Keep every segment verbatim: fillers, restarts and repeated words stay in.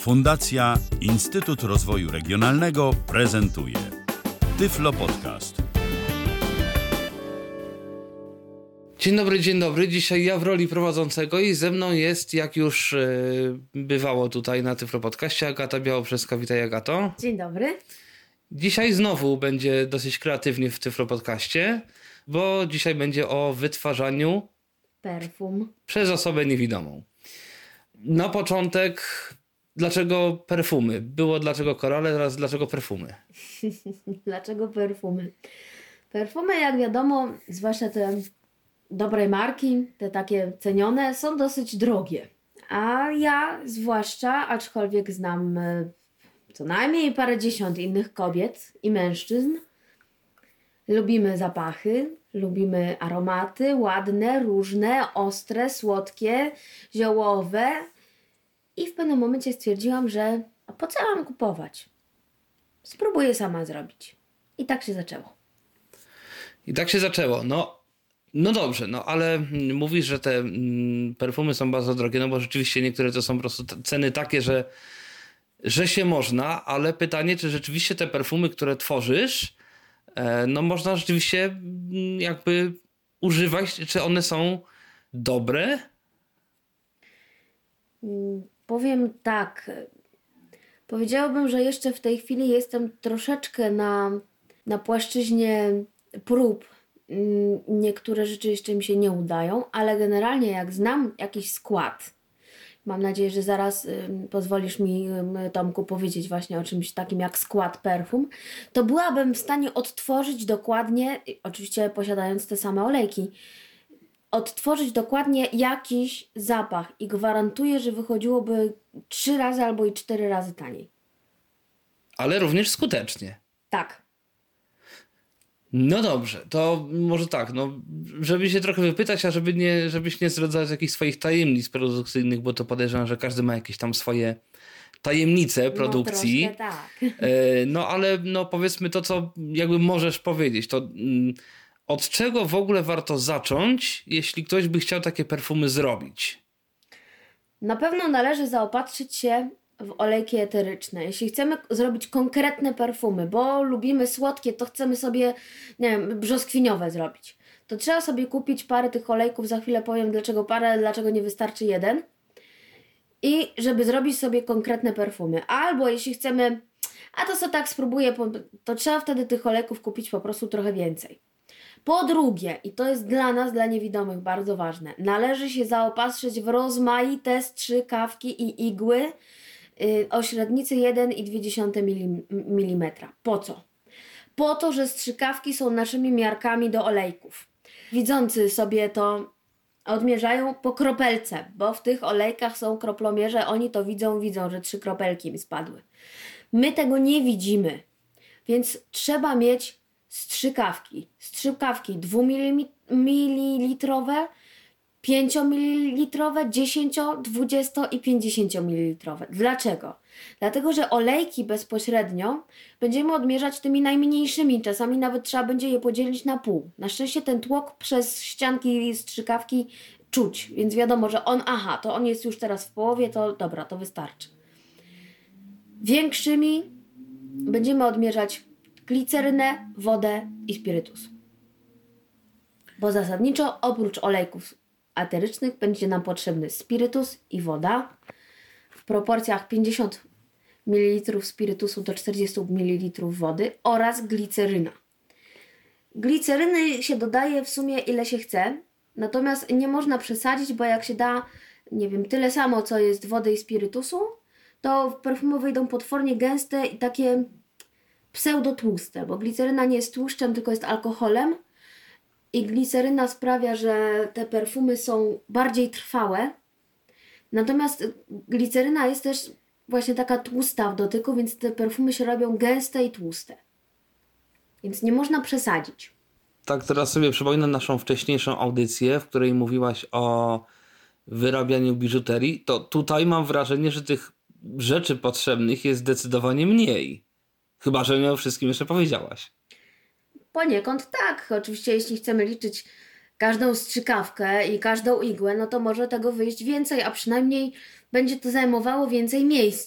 Fundacja Instytut Rozwoju Regionalnego prezentuje Tyflo Podcast. Dzień dobry, dzień dobry. Dzisiaj ja w roli prowadzącego i ze mną jest, jak już yy, bywało tutaj na Tyflo Podcaście, Agata Białobrzeska. Witaj, Agato. Dzień dobry. Dzisiaj znowu będzie dosyć kreatywnie w Tyflo Podcaście, bo dzisiaj będzie o wytwarzaniu perfum przez osobę niewidomą. Na początek, dlaczego perfumy? Było dlaczego korale, teraz dlaczego perfumy? Dlaczego perfumy? Perfumy, jak wiadomo, zwłaszcza te dobrej marki, te takie cenione, są dosyć drogie. A ja zwłaszcza, aczkolwiek znam co najmniej parędziesiąt innych kobiet i mężczyzn, lubimy zapachy, lubimy aromaty ładne, różne, ostre, słodkie, ziołowe i w pewnym momencie stwierdziłam, że a po co mam kupować? Spróbuję sama zrobić. I tak się zaczęło. I tak się zaczęło. No, no dobrze, no ale mówisz, że te mm, perfumy są bardzo drogie, no bo rzeczywiście niektóre to są po prostu t- ceny takie, że, że się można, ale pytanie, czy rzeczywiście te perfumy, które tworzysz, e, no można rzeczywiście mm, jakby używać, czy one są dobre? Mm, Powiem tak. Powiedziałabym, że jeszcze w tej chwili jestem troszeczkę na, na płaszczyźnie prób. Niektóre rzeczy jeszcze mi się nie udają, ale generalnie jak znam jakiś skład, mam nadzieję, że zaraz y, pozwolisz mi, y, Tomku, powiedzieć właśnie o czymś takim jak skład perfum, to byłabym w stanie odtworzyć dokładnie, oczywiście posiadając te same olejki, odtworzyć dokładnie jakiś zapach i gwarantuję, że wychodziłoby trzy razy albo i cztery razy taniej. Ale również skutecznie. Tak. No dobrze, to może tak, no, żeby się trochę wypytać, a żeby nie, żebyś nie zdradzać jakichś swoich tajemnic produkcyjnych, bo to podejrzewam, że każdy ma jakieś tam swoje tajemnice produkcji. No troszkę tak. E, no ale no powiedzmy to, co jakby możesz powiedzieć, to mm, od czego w ogóle warto zacząć, jeśli ktoś by chciał takie perfumy zrobić? Na pewno należy zaopatrzyć się w olejki eteryczne. Jeśli chcemy zrobić konkretne perfumy, bo lubimy słodkie, to chcemy sobie, nie wiem, brzoskwiniowe zrobić, to trzeba sobie kupić parę tych olejków, za chwilę powiem dlaczego parę, dlaczego nie wystarczy jeden, i żeby zrobić sobie konkretne perfumy. Albo jeśli chcemy, a to co tak spróbuję, to trzeba wtedy tych olejków kupić po prostu trochę więcej. Po drugie, i to jest dla nas, dla niewidomych bardzo ważne, należy się zaopatrzyć w rozmaite strzykawki i igły yy, o średnicy jeden przecinek dwa milimetra. Po co? Po to, że strzykawki są naszymi miarkami do olejków. Widzący sobie to odmierzają po kropelce, bo w tych olejkach są kroplomierze, oni to widzą, widzą, że trzy kropelki mi spadły. My tego nie widzimy, więc trzeba mieć strzykawki. Strzykawki dwumililitrowe, pięciomililitrowe, dziesięć, dwadzieścia i pięćdziesięciomililitrowe. Dlaczego? Dlatego, że olejki bezpośrednio będziemy odmierzać tymi najmniejszymi. Czasami nawet trzeba będzie je podzielić na pół. Na szczęście ten tłok przez ścianki strzykawki czuć, więc wiadomo, że on, aha, to on jest już teraz w połowie, to dobra, to wystarczy. Większymi będziemy odmierzać glicerynę, wodę i spirytus. Bo zasadniczo oprócz olejków eterycznych będzie nam potrzebny spirytus i woda w proporcjach pięćdziesiąt mililitrów spirytusu do czterdzieści mililitrów wody oraz gliceryna. Gliceryny się dodaje w sumie ile się chce, natomiast nie można przesadzić, bo jak się da, nie wiem, tyle samo co jest wody i spirytusu, to perfumy wyjdą potwornie gęste i takie pseudotłuste, bo gliceryna nie jest tłuszczem, tylko jest alkoholem i gliceryna sprawia, że te perfumy są bardziej trwałe. Natomiast gliceryna jest też właśnie taka tłusta w dotyku, więc te perfumy się robią gęste i tłuste. Więc nie można przesadzić. Tak, teraz sobie przypominam naszą wcześniejszą audycję, w której mówiłaś o wyrabianiu biżuterii. To tutaj mam wrażenie, że tych rzeczy potrzebnych jest zdecydowanie mniej. Chyba że nie o wszystkim jeszcze powiedziałaś. Poniekąd tak. Oczywiście jeśli chcemy liczyć każdą strzykawkę i każdą igłę, no to może tego wyjść więcej, a przynajmniej będzie to zajmowało więcej miejsca.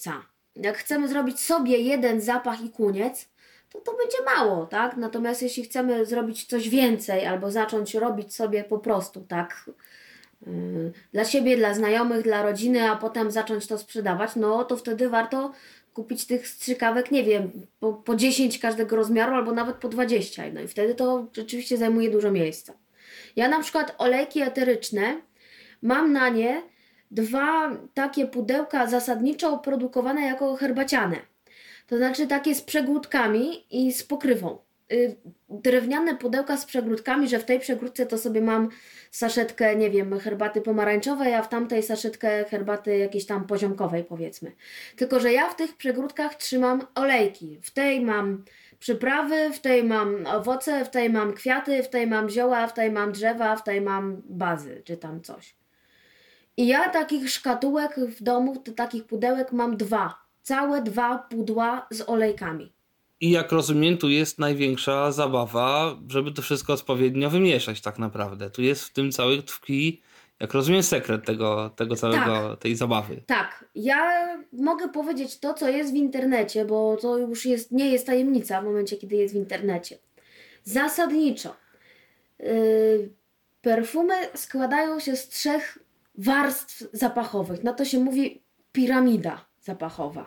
jak chcemy zrobić sobie jeden zapach i koniec, to to będzie mało, tak? Natomiast jeśli chcemy zrobić coś więcej albo zacząć robić sobie po prostu, tak, yy, dla siebie, dla znajomych, dla rodziny, a potem zacząć to sprzedawać, no to wtedy warto kupić tych strzykawek, nie wiem, po, po dziesięć każdego rozmiaru albo nawet po dwadzieścia. No i wtedy to rzeczywiście zajmuje dużo miejsca. Ja na przykład olejki eteryczne mam na nie dwa takie pudełka zasadniczo produkowane jako herbaciane. To znaczy takie z przegródkami i z pokrywą. Yy, drewniane pudełka z przegródkami, że w tej przegródce to sobie mam saszetkę, nie wiem, herbaty pomarańczowej, a w tamtej saszetkę herbaty jakiejś tam poziomkowej, powiedzmy. Tylko że ja w tych przegródkach trzymam olejki. W tej mam przyprawy, w tej mam owoce, w tej mam kwiaty, w tej mam zioła, w tej mam drzewa, w tej mam bazy, czy tam coś. I ja takich szkatułek w domu, takich pudełek mam dwa. Całe dwa pudła z olejkami. I jak rozumiem, tu jest największa zabawa, żeby to wszystko odpowiednio wymieszać tak naprawdę. Tu jest w tym cały tkwi, jak rozumiem, sekret tego, tego całego, tak, tej zabawy. Tak. Ja mogę powiedzieć to, co jest w internecie, bo to już jest, nie jest tajemnica w momencie, kiedy jest w internecie. Zasadniczo yy, perfumy składają się z trzech warstw zapachowych. Na to się mówi piramida zapachowa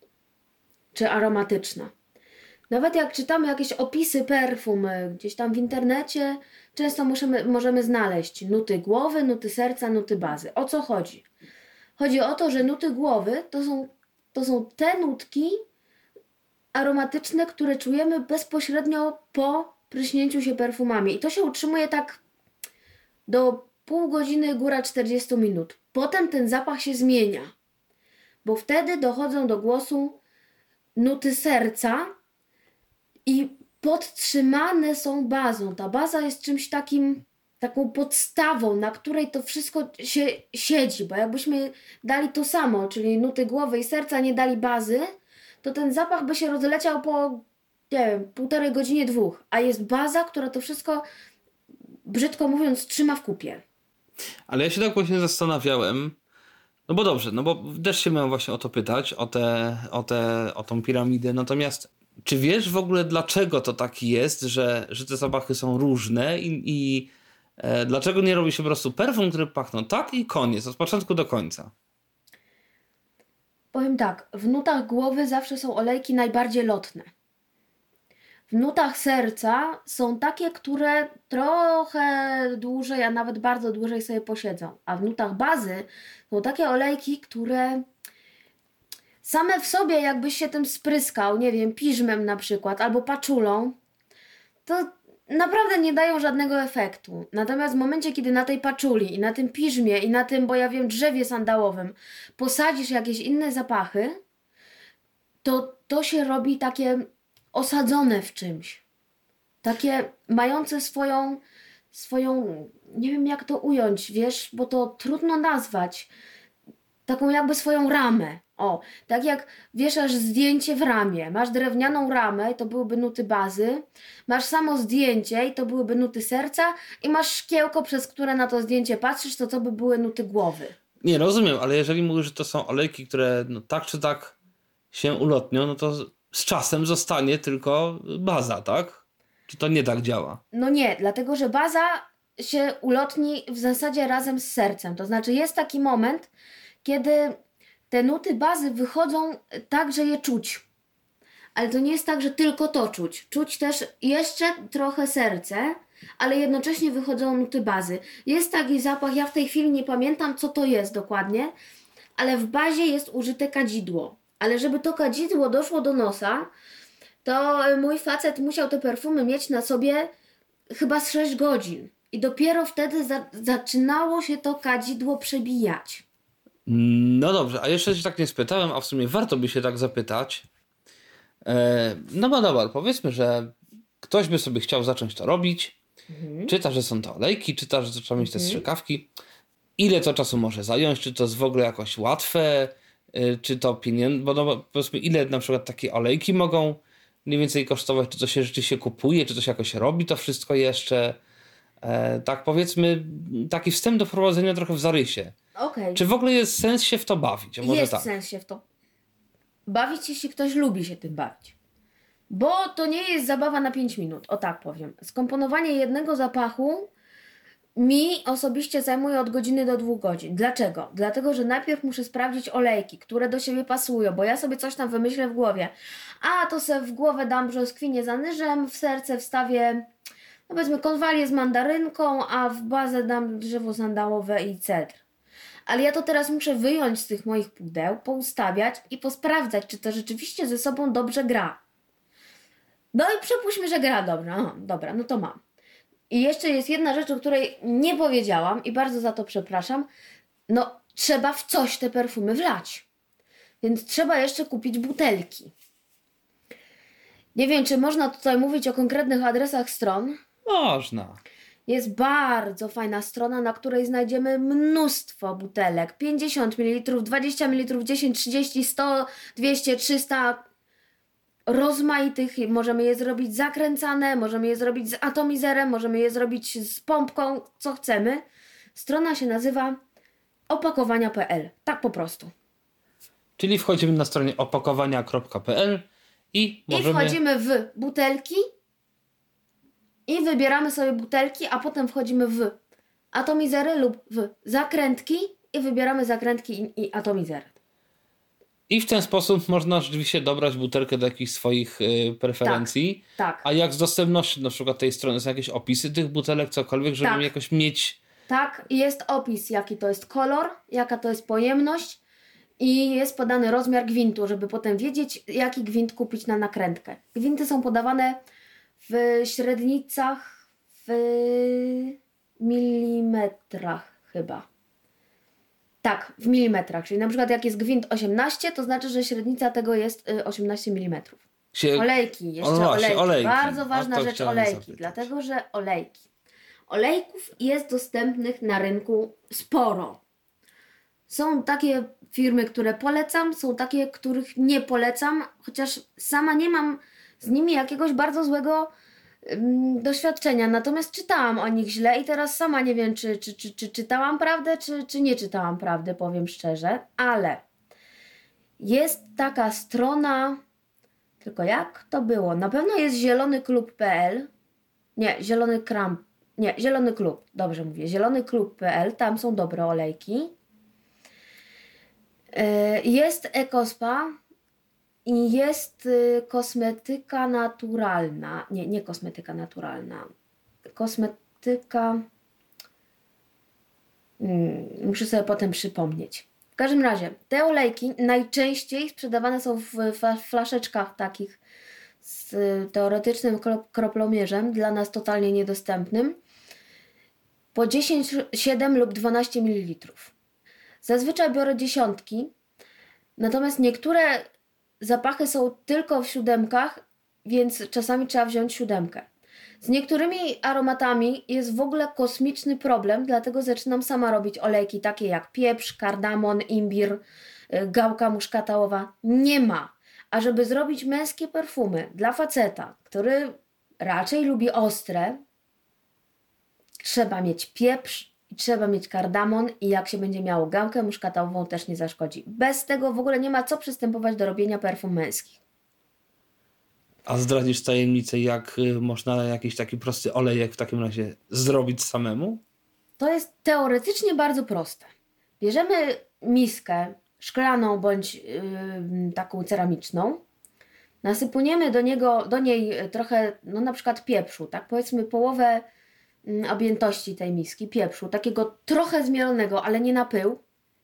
czy aromatyczna. Nawet jak czytamy jakieś opisy perfum gdzieś tam w internecie, często możemy, możemy znaleźć nuty głowy, nuty serca, nuty bazy. O co chodzi? Chodzi o to, że nuty głowy to są, to są te nutki aromatyczne, które czujemy bezpośrednio po pryśnięciu się perfumami. I to się utrzymuje tak do pół godziny, góra czterdzieści minut. Potem ten zapach się zmienia, bo wtedy dochodzą do głosu nuty serca i podtrzymane są bazą. Ta baza jest czymś takim, taką podstawą, na której to wszystko się siedzi, bo jakbyśmy dali to samo, czyli nuty głowy i serca, nie dali bazy, to ten zapach by się rozleciał po, nie wiem, półtorej godzinie, dwóch. A jest baza, która to wszystko, brzydko mówiąc, trzyma w kupie. Ale ja się tak właśnie zastanawiałem, no bo dobrze, no bo też się miałem właśnie o to pytać, o, te, o, te, o tą piramidę, natomiast czy wiesz w ogóle dlaczego to tak jest, że, że te zapachy są różne i, i e, dlaczego nie robi się po prostu perfum, który pachną tak i koniec, od początku do końca? Powiem tak, w nutach głowy zawsze są olejki najbardziej lotne. W nutach serca są takie, które trochę dłużej, a nawet bardzo dłużej sobie posiedzą. A w nutach bazy są takie olejki, które same w sobie jakbyś się tym spryskał, nie wiem, piżmem na przykład, albo paczulą, to naprawdę nie dają żadnego efektu. Natomiast w momencie, kiedy na tej paczuli i na tym piżmie i na tym, bo ja wiem, drzewie sandałowym posadzisz jakieś inne zapachy, to to się robi takie osadzone w czymś. Takie mające swoją, swoją, nie wiem jak to ująć, wiesz, bo to trudno nazwać. Taką jakby swoją ramę. O, tak jak wieszasz zdjęcie w ramie. Masz drewnianą ramę i to byłyby nuty bazy. Masz samo zdjęcie i to byłyby nuty serca. I masz szkiełko, przez które na to zdjęcie patrzysz, to co by były nuty głowy. Nie, rozumiem, ale jeżeli mówisz, że to są olejki, które no, tak czy tak się ulotnią, no to z czasem zostanie tylko baza, tak? Czy to nie tak działa? No nie, dlatego że baza się ulotni w zasadzie razem z sercem. To znaczy jest taki moment, kiedy te nuty bazy wychodzą tak, że je czuć. Ale to nie jest tak, że tylko to czuć. Czuć też jeszcze trochę serce, ale jednocześnie wychodzą nuty bazy. Jest taki zapach, ja w tej chwili nie pamiętam, co to jest dokładnie, ale w bazie jest użyte kadzidło. Ale żeby to kadzidło doszło do nosa, to mój facet musiał te perfumy mieć na sobie chyba z sześć godzin. I dopiero wtedy za- zaczynało się to kadzidło przebijać. No dobrze, a jeszcze się tak nie spytałem, a w sumie warto by się tak zapytać. E, no bo dobra, powiedzmy, że ktoś by sobie chciał zacząć to robić. Mhm. Czyta, że są to olejki, czyta, że trzeba mieć te strzykawki. Ile to czasu może zająć? Czy to jest w ogóle jakoś łatwe? E, czy to pieniądze? Bo no, powiedzmy, ile na przykład takie olejki mogą mniej więcej kosztować? Czy to się rzeczywiście kupuje? Czy to się jakoś robi to wszystko jeszcze? E, tak powiedzmy, taki wstęp do wprowadzenia trochę w zarysie. Okay. Czy w ogóle jest sens się w to bawić? A może jest tak? sens się w to. bawić, jeśli ktoś lubi się tym bawić. Bo to nie jest zabawa na pięć minut, o tak powiem. Skomponowanie jednego zapachu mi osobiście zajmuje od godziny do dwóch godzin. Dlaczego? Dlatego, że najpierw muszę sprawdzić olejki, które do siebie pasują, bo ja sobie coś tam wymyślę w głowie. A to sobie w głowę dam brzoskwinię z anyżem, w serce wstawię, no powiedzmy, konwalię z mandarynką, a w bazę dam drzewo sandałowe i cedr. Ale ja to teraz muszę wyjąć z tych moich pudeł, poustawiać i posprawdzać, czy to rzeczywiście ze sobą dobrze gra. No i przypuśćmy, że gra dobrze. Aha, dobra, no to mam. I jeszcze jest jedna rzecz, o której nie powiedziałam i bardzo za to przepraszam. No, trzeba w coś te perfumy wlać. Więc trzeba jeszcze kupić butelki. Nie wiem, czy można tutaj mówić o konkretnych adresach stron. Można. Jest bardzo fajna strona, na której znajdziemy mnóstwo butelek. pięćdziesiąt mililitrów, dwadzieścia mililitrów, dziesięć, trzydzieści, sto, dwieście, trzysta rozmaitych. Możemy je zrobić zakręcane, możemy je zrobić z atomizerem, możemy je zrobić z pompką, co chcemy. Strona się nazywa opakowania kropka p l. Tak po prostu. Czyli wchodzimy na stronie opakowania kropka p l i możemy... I wchodzimy w butelki i wybieramy sobie butelki, a potem wchodzimy w atomizery lub w zakrętki i wybieramy zakrętki i, i atomizery. I w ten sposób można rzeczywiście dobrać butelkę do jakichś swoich y, preferencji. Tak, tak. A jak z dostępnością na przykład tej strony? Są jakieś opisy tych butelek, cokolwiek, żeby Tak. jakoś mieć... Tak, jest opis, jaki to jest kolor, jaka to jest pojemność i jest podany rozmiar gwintu, żeby potem wiedzieć, jaki gwint kupić na nakrętkę. Gwinty są podawane w średnicach w milimetrach chyba. Tak, w milimetrach, czyli na przykład jak jest gwint osiemnaście, to znaczy, że średnica tego jest osiemnaście milimetrów. Się... Olejki, jeszcze O, właśnie, olejki. olejki. Bardzo A ważna to rzecz, chciałem olejki, zapytać. dlatego że olejki. Olejków jest dostępnych na rynku sporo. Są takie firmy, które polecam, są takie, których nie polecam, chociaż sama nie mam z nimi jakiegoś bardzo złego ym, doświadczenia. Natomiast czytałam o nich źle i teraz sama nie wiem, czy, czy, czy, czy czytałam prawdę, czy, czy nie czytałam prawdy, powiem szczerze. Ale jest taka strona, tylko jak to było? Na pewno jest zielony klub kropka p l. Nie, zielony kram. Nie, zielony klub. Dobrze mówię. zielony klub kropka p l. Tam są dobre olejki. Jest Ekospa i jest kosmetyka naturalna. Nie, nie kosmetyka naturalna. Kosmetyka... Hmm, muszę sobie potem przypomnieć. W każdym razie, te olejki najczęściej sprzedawane są w flaszeczkach takich z teoretycznym kroplomierzem, dla nas totalnie niedostępnym, po dziesięć, siedem lub dwanaście mililitrów. Zazwyczaj biorę dziesiątki, natomiast niektóre zapachy są tylko w siódemkach, więc czasami trzeba wziąć siódemkę. Z niektórymi aromatami jest w ogóle kosmiczny problem, dlatego zaczynam sama robić olejki takie jak pieprz, kardamon, imbir, gałka muszkatałowa. Nie ma. A żeby zrobić męskie perfumy dla faceta, który raczej lubi ostre, trzeba mieć pieprz i trzeba mieć kardamon i jak się będzie miało gałkę muszkatałową, też nie zaszkodzi. Bez tego w ogóle nie ma co przystępować do robienia perfum męskich. A zdradzisz tajemnicę, jak y, można jakiś taki prosty olejek w takim razie zrobić samemu? To jest teoretycznie bardzo proste. Bierzemy miskę szklaną bądź yy, taką ceramiczną, nasypujemy do, niego, do niej trochę, no na przykład pieprzu, tak powiedzmy połowę yy, objętości tej miski pieprzu, takiego trochę zmielonego, ale nie na pył.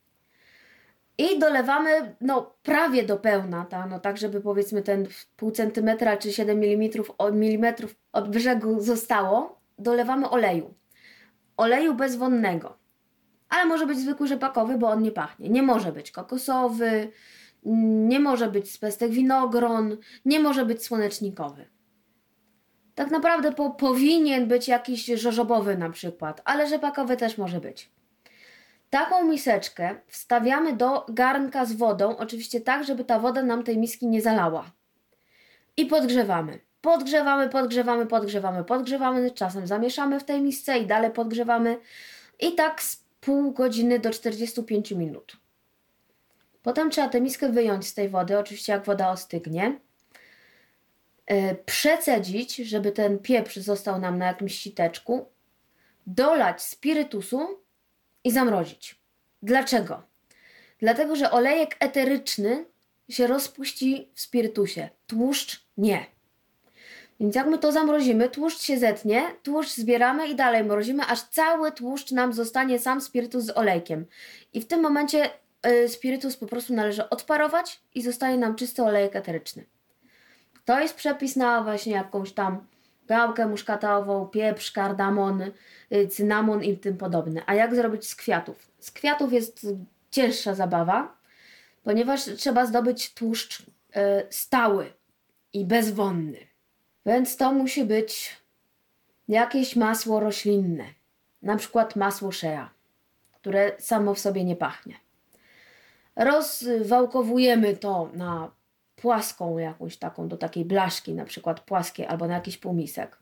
I dolewamy no prawie do pełna, ta, no tak żeby powiedzmy ten pół centymetra czy siedem milimetrów od, milimetrów od brzegu zostało, dolewamy oleju. Oleju bezwonnego. Ale może być zwykły rzepakowy, bo on nie pachnie. Nie może być kokosowy, nie może być z pestek winogron, nie może być słonecznikowy. Tak naprawdę po, powinien być jakiś żożobowy na przykład, ale rzepakowy też może być. Taką miseczkę wstawiamy do garnka z wodą, oczywiście tak, żeby ta woda nam tej miski nie zalała. I podgrzewamy. Podgrzewamy, podgrzewamy, podgrzewamy, podgrzewamy, czasem zamieszamy w tej misce i dalej podgrzewamy. I tak z pół godziny do czterdziestu pięciu minut. Potem trzeba tę miskę wyjąć z tej wody, oczywiście jak woda ostygnie. Yy, przecedzić, żeby ten pieprz został nam na jakimś siteczku. Dolać spirytusu i zamrozić. Dlaczego? Dlatego, że olejek eteryczny się rozpuści w spirytusie. Tłuszcz nie. Więc jak my to zamrozimy, tłuszcz się zetnie, tłuszcz zbieramy i dalej mrozimy, aż cały tłuszcz nam zostanie sam spirytus z olejkiem. I w tym momencie y, spirytus po prostu należy odparować i zostaje nam czysty olejek eteryczny. To jest przepis na właśnie jakąś tam gałkę muszkatową, pieprz, kardamon, y, cynamon i tym podobne. A jak zrobić z kwiatów? Z kwiatów jest cięższa zabawa, ponieważ trzeba zdobyć tłuszcz y, stały i bezwonny. Więc to musi być jakieś masło roślinne, na przykład masło shea, które samo w sobie nie pachnie. Rozwałkowujemy to na płaską jakąś taką, do takiej blaszki, na przykład płaskie, albo na jakiś półmisek.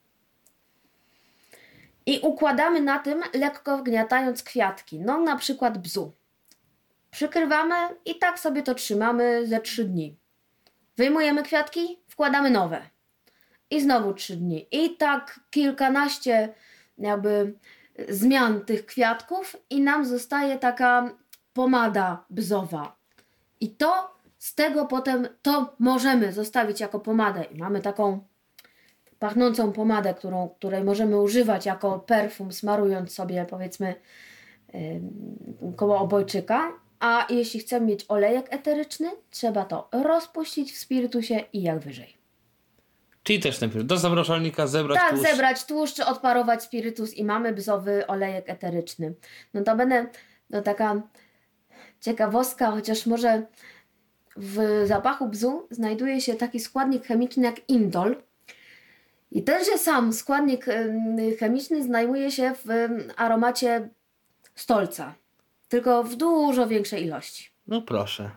I układamy na tym, lekko wgniatając kwiatki, no na przykład bzu. Przykrywamy i tak sobie to trzymamy ze trzy dni. Wyjmujemy kwiatki, wkładamy nowe. I znowu trzy dni. I tak kilkanaście jakby zmian tych kwiatków i nam zostaje taka pomada bzowa. I to z tego potem to możemy zostawić jako pomadę. I mamy taką pachnącą pomadę, którą, której możemy używać jako perfum, smarując sobie powiedzmy yy, koło obojczyka. A jeśli chcemy mieć olejek eteryczny, trzeba to rozpuścić w spirytusie i jak wyżej. Czyli też najpierw do zamrażalnika zebrać tak, tłuszcz. Tak, zebrać tłuszcz, odparować spirytus i mamy bzowy olejek eteryczny. No to będę, no taka ciekawostka, chociaż może w zapachu bzu znajduje się taki składnik chemiczny jak indol. I tenże sam składnik chemiczny znajduje się w aromacie stolca, tylko w dużo większej ilości. No proszę.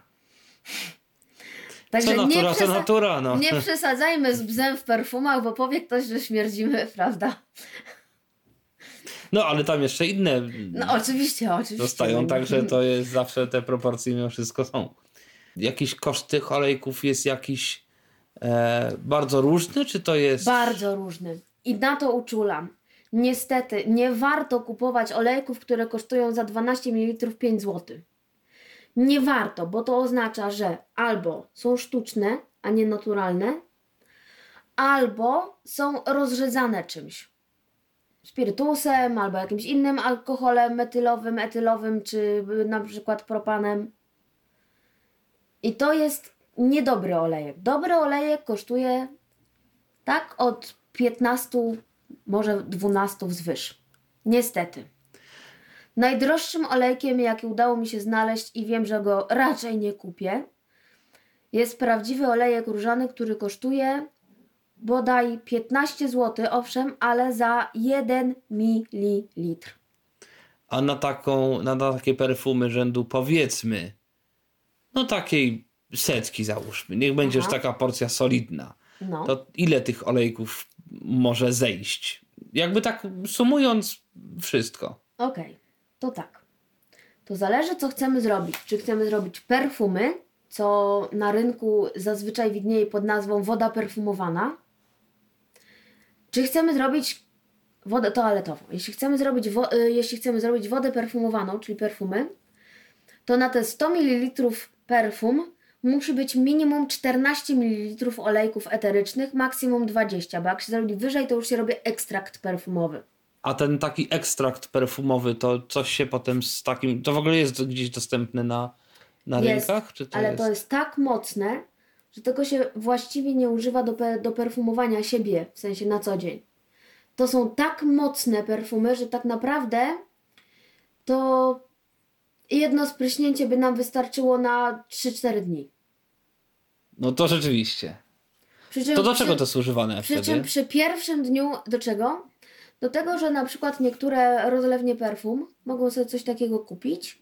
Także co natura, nie, przesa- co natura, no. nie przesadzajmy z bzem w perfumach, bo powie ktoś, że śmierdzimy, prawda? No, ale tam jeszcze inne No oczywiście, oczywiście. zostają, także to jest zawsze te proporcje mimo wszystko są. Jakiś koszt tych olejków jest jakiś e, bardzo różny, czy to jest... Bardzo różny. I na to uczulam. Niestety, nie warto kupować olejków, które kosztują za dwanaście mililitrów pięć złotych. Nie warto, bo to oznacza, że albo są sztuczne, a nie naturalne, albo są rozrzedzane czymś. Spirytusem, albo jakimś innym alkoholem metylowym, etylowym, czy na przykład propanem. I to jest niedobry olejek. Dobry olejek kosztuje tak od piętnastu, może dwunastu wzwyż. Niestety. Najdroższym olejkiem, jaki udało mi się znaleźć i wiem, że go raczej nie kupię, jest prawdziwy olejek różany, który kosztuje bodaj piętnaście złotych, owszem, ale za jeden mililitr. A na taką, na, na takie perfumy rzędu powiedzmy, no takiej setki załóżmy, niech będzie już taka porcja solidna, No. to ile tych olejków może zejść? Jakby tak sumując wszystko. Okej, okay. To tak. To zależy, co chcemy zrobić. Czy chcemy zrobić perfumy, co na rynku zazwyczaj widnieje pod nazwą woda perfumowana, czy chcemy zrobić wodę toaletową. Jeśli chcemy zrobić, wo- jeśli chcemy zrobić wodę perfumowaną, czyli perfumy, to na te sto mililitrów perfum musi być minimum czternaście mililitrów olejków eterycznych, maksimum dwadzieścia, bo jak się zrobi wyżej, to już się robi ekstrakt perfumowy. A ten taki ekstrakt perfumowy, to coś się potem z takim... To w ogóle jest gdzieś dostępne na, na jest, rynkach? Czy to ale jest... to jest tak mocne, że tego się właściwie nie używa do, pe- do perfumowania siebie, w sensie na co dzień. To są tak mocne perfumy, że tak naprawdę to jedno spryśnięcie by nam wystarczyło na trzy cztery dni. No to rzeczywiście. Przy czym, To do czego przy, to jest używane Przy wtedy? czym przy pierwszym dniu, do czego? Do tego, że na przykład niektóre rozlewnie perfum mogą sobie coś takiego kupić,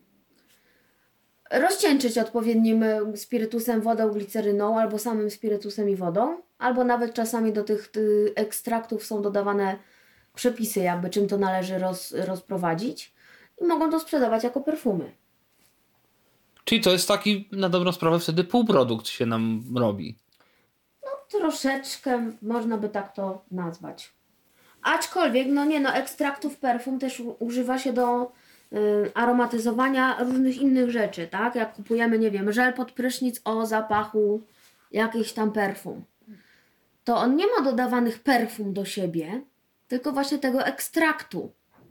rozcieńczyć odpowiednim spirytusem, wodą, gliceryną, albo samym spirytusem i wodą, albo nawet czasami do tych ty, ekstraktów są dodawane przepisy, jakby czym to należy roz, rozprowadzić i mogą to sprzedawać jako perfumy. Czyli to jest taki na dobrą sprawę wtedy półprodukt się nam robi. No troszeczkę można by tak to nazwać. Aczkolwiek, no nie no, ekstraktów perfum też u- używa się do y, aromatyzowania różnych innych rzeczy, tak? Jak kupujemy, nie wiem, żel pod prysznic o zapachu jakichś tam perfum. To on nie ma dodawanych perfum do siebie, tylko właśnie tego ekstraktu.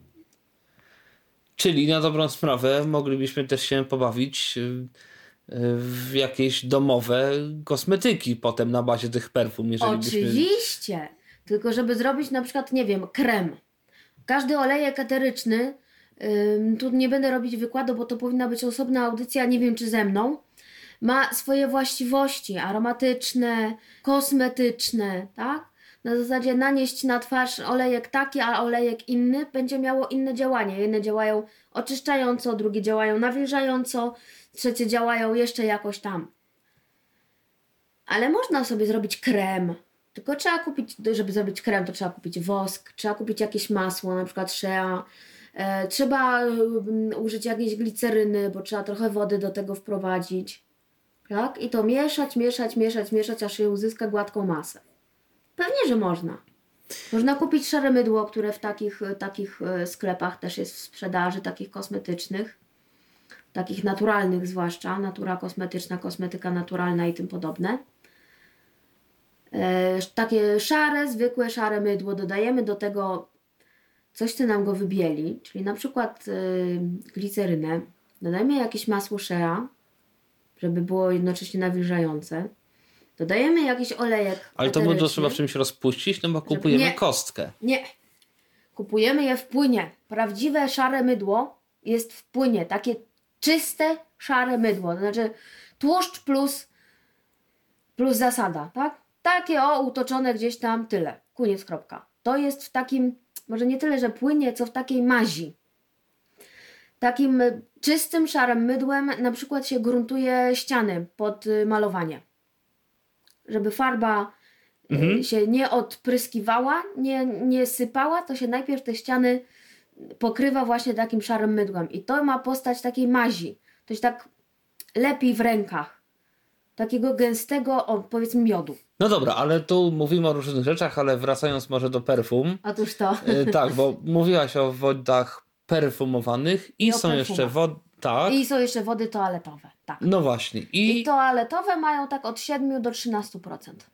Czyli na dobrą sprawę moglibyśmy też się pobawić y, y, w jakieś domowe kosmetyki potem na bazie tych perfum, jeżeli byśmy... Oczywiście, tylko żeby zrobić na przykład, nie wiem, krem. Każdy olejek eteryczny, ym, tu nie będę robić wykładu, bo to powinna być osobna audycja, nie wiem czy ze mną, ma swoje właściwości aromatyczne, kosmetyczne, tak? Na zasadzie nanieść na twarz olejek taki, a olejek inny będzie miało inne działanie. Jedne działają oczyszczająco, drugie działają nawilżająco, trzecie działają jeszcze jakoś tam. Ale można sobie zrobić krem. Tylko trzeba kupić, żeby zrobić krem, to trzeba kupić wosk, trzeba kupić jakieś masło, na przykład shea. E, trzeba um, użyć jakiejś gliceryny, bo trzeba trochę wody do tego wprowadzić. Tak? I to mieszać, mieszać, mieszać, mieszać, aż się uzyska gładką masę. Pewnie, że można. Można kupić szare mydło, które w takich, takich sklepach też jest w sprzedaży, takich kosmetycznych. Takich naturalnych zwłaszcza. Natura kosmetyczna, kosmetyka naturalna i tym podobne. E, takie szare, zwykłe szare mydło. Dodajemy do tego coś, co nam go wybieli. Czyli na przykład y, glicerynę. Dodajemy jakieś masło shea, żeby było jednocześnie nawilżające. Dodajemy jakiś olejek Ale to eteryczny. mydło trzeba w czymś rozpuścić, no bo kupujemy nie. kostkę. Nie. Kupujemy je w płynie. Prawdziwe szare mydło jest w płynie. Takie czyste, szare mydło. To znaczy tłuszcz plus, plus zasada, tak? Takie o, utoczone gdzieś tam, tyle. Koniec, kropka. To jest w takim, może nie tyle, że płynie, co w takiej mazi. Takim czystym, szarym mydłem na przykład się gruntuje ściany pod y, malowanie. Żeby farba y, Mhm. się nie odpryskiwała, nie, nie sypała, to się najpierw te ściany pokrywa właśnie takim szarym mydłem. I to ma postać takiej mazi. To się tak lepi w rękach. Takiego gęstego, o, powiedzmy, miodu. No dobra, ale tu mówimy o różnych rzeczach, ale wracając może do perfum. Otóż to. E, tak, bo mówiłaś o wodach perfumowanych i, I o są perfumach. jeszcze wody... Tak, I są jeszcze wody toaletowe. Tak. no właśnie. I, I toaletowe mają tak od siedmiu do trzynastu procent.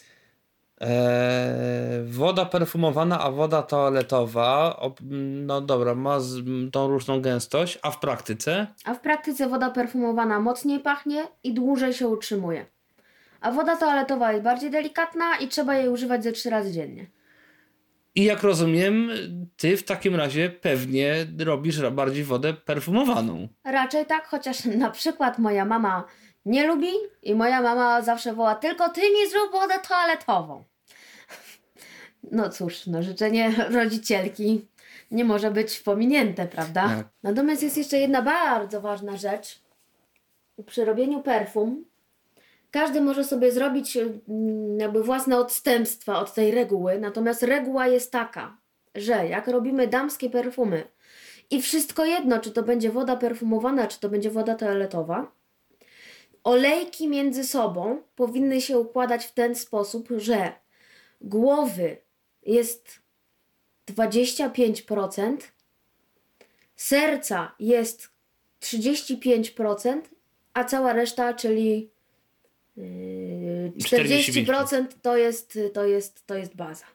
e, woda perfumowana, a woda toaletowa, op, no dobra, ma z, tą różną gęstość, a w praktyce? A w praktyce woda perfumowana mocniej pachnie i dłużej się utrzymuje. A woda toaletowa jest bardziej delikatna i trzeba jej używać ze trzy razy dziennie. I jak rozumiem, ty w takim razie pewnie robisz bardziej wodę perfumowaną. Raczej tak, chociaż na przykład moja mama nie lubi i moja mama zawsze woła: tylko ty mi zrób wodę toaletową. No cóż, no życzenie rodzicielki nie może być pominięte, prawda? Tak. Natomiast jest jeszcze jedna bardzo ważna rzecz. Przy robieniu perfum każdy może sobie zrobić mm, jakby własne odstępstwa od tej reguły, natomiast reguła jest taka, że jak robimy damskie perfumy i wszystko jedno, czy to będzie woda perfumowana, czy to będzie woda toaletowa, olejki między sobą powinny się układać w ten sposób, że głowy jest dwadzieścia pięć procent, serca jest trzydzieści pięć procent, a cała reszta, czyli yy, czterdzieści procent to jest, to jest, to jest baza.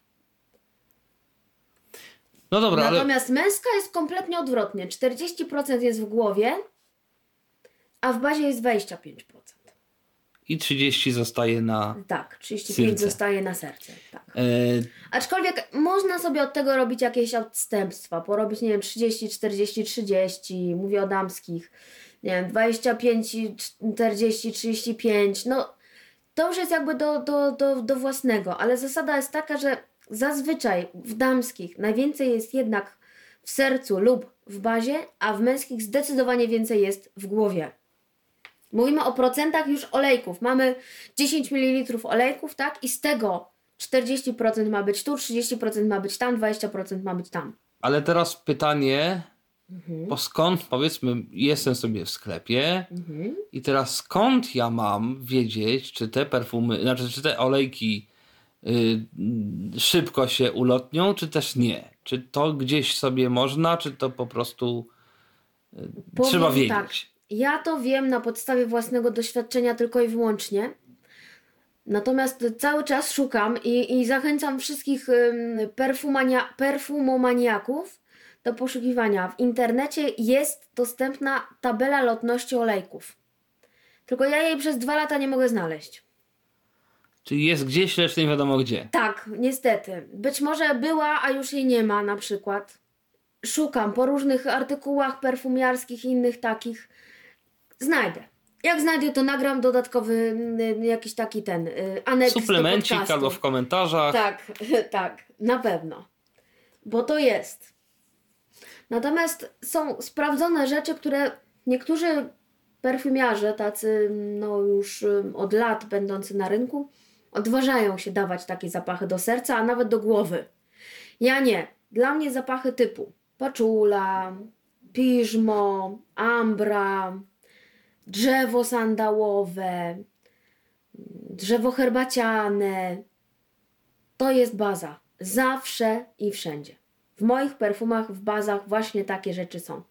No dobra, ale... Natomiast męska jest kompletnie odwrotnie. czterdzieści procent jest w głowie, a w bazie jest dwadzieścia pięć procent. I trzydzieści zostaje na... Tak, trzydzieści pięć serce. zostaje na serce. Tak. E, Aczkolwiek można sobie od tego robić jakieś odstępstwa. Porobić, nie wiem, trzydzieści, czterdzieści, trzydzieści. Mówię o damskich. Nie wiem, dwadzieścia pięć, czterdzieści, trzydzieści pięć. No, to już jest jakby do, do, do, do własnego. Ale zasada jest taka, że zazwyczaj w damskich najwięcej jest jednak w sercu lub w bazie, a w męskich zdecydowanie więcej jest w głowie. Mówimy o procentach już olejków. Mamy dziesięć mililitrów olejków, tak? I z tego czterdzieści procent ma być tu, trzydzieści procent ma być tam, dwadzieścia procent ma być tam. ale teraz pytanie Mhm. Bo skąd, powiedzmy, jestem sobie w sklepie mhm. i teraz skąd ja mam wiedzieć, czy te perfumy, znaczy czy te olejki y, szybko się ulotnią, czy też nie. Czy to gdzieś sobie można, czy to po prostu y, trzeba wiedzieć. Tak. Ja to wiem na podstawie własnego doświadczenia tylko i wyłącznie. Natomiast cały czas szukam i, i zachęcam wszystkich perfumania, perfumomaniaków do poszukiwania. W internecie jest dostępna tabela lotności olejków. Tylko ja jej przez dwa lata nie mogę znaleźć. Czyli jest gdzieś, lecz nie wiadomo gdzie. Tak, niestety. Być może była, a już jej nie ma na przykład. Szukam po różnych artykułach perfumiarskich i innych takich. Znajdę. Jak znajdę, to nagram dodatkowy y, jakiś taki ten y, aneks suplemencik do albo w komentarzach. Tak, tak, na pewno. Bo to jest. Natomiast są sprawdzone rzeczy, które niektórzy perfumiarze, tacy no już y, od lat będący na rynku, odważają się dawać takie zapachy do serca, a nawet do głowy. Ja nie. Dla mnie zapachy typu paczula, piżmo, ambra, drzewo sandałowe, drzewo herbaciane. To jest baza. Zawsze i wszędzie. W moich perfumach, w bazach właśnie takie rzeczy są.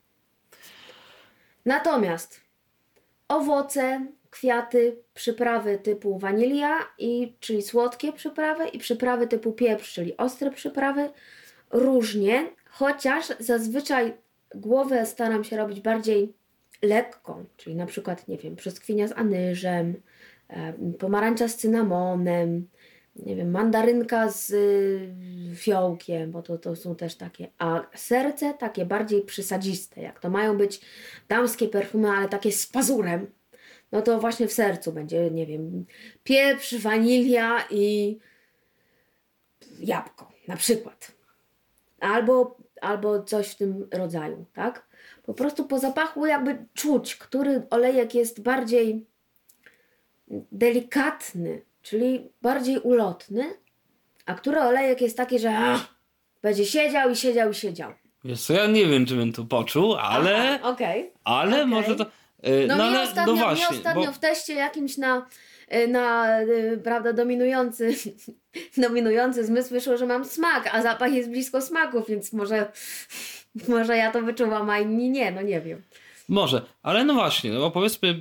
Natomiast owoce, kwiaty, przyprawy typu wanilia, i, czyli słodkie przyprawy, i przyprawy typu pieprz, czyli ostre przyprawy, różnie, chociaż zazwyczaj głowę staram się robić bardziej lekką, czyli na przykład, nie wiem, brzoskwinia z anyżem, e, pomarańcza z cynamonem, nie wiem, mandarynka z y, fiołkiem, bo to, to są też takie, a serce takie bardziej przysadziste, jak to mają być damskie perfumy, ale takie z pazurem, no to właśnie w sercu będzie, nie wiem, pieprz, wanilia i jabłko, na przykład. Albo, albo coś w tym rodzaju, tak? Po prostu po zapachu jakby czuć, który olejek jest bardziej delikatny, czyli bardziej ulotny, a który olejek jest taki, że ach, będzie siedział i siedział i siedział. Wiesz co, ja nie wiem, czy bym to poczuł, ale... Aha, okay. Ale okay. może to... Yy, no, no, mi, ale, ostatnio, no właśnie, mi ostatnio bo... w teście jakimś na, na yy, prawda, dominujący, dominujący zmysł wyszło, że mam smak, a zapach jest blisko smaków, więc może... Może ja to wyczuwam, a inni nie, no nie wiem. Może, ale no właśnie, no bo powiedzmy,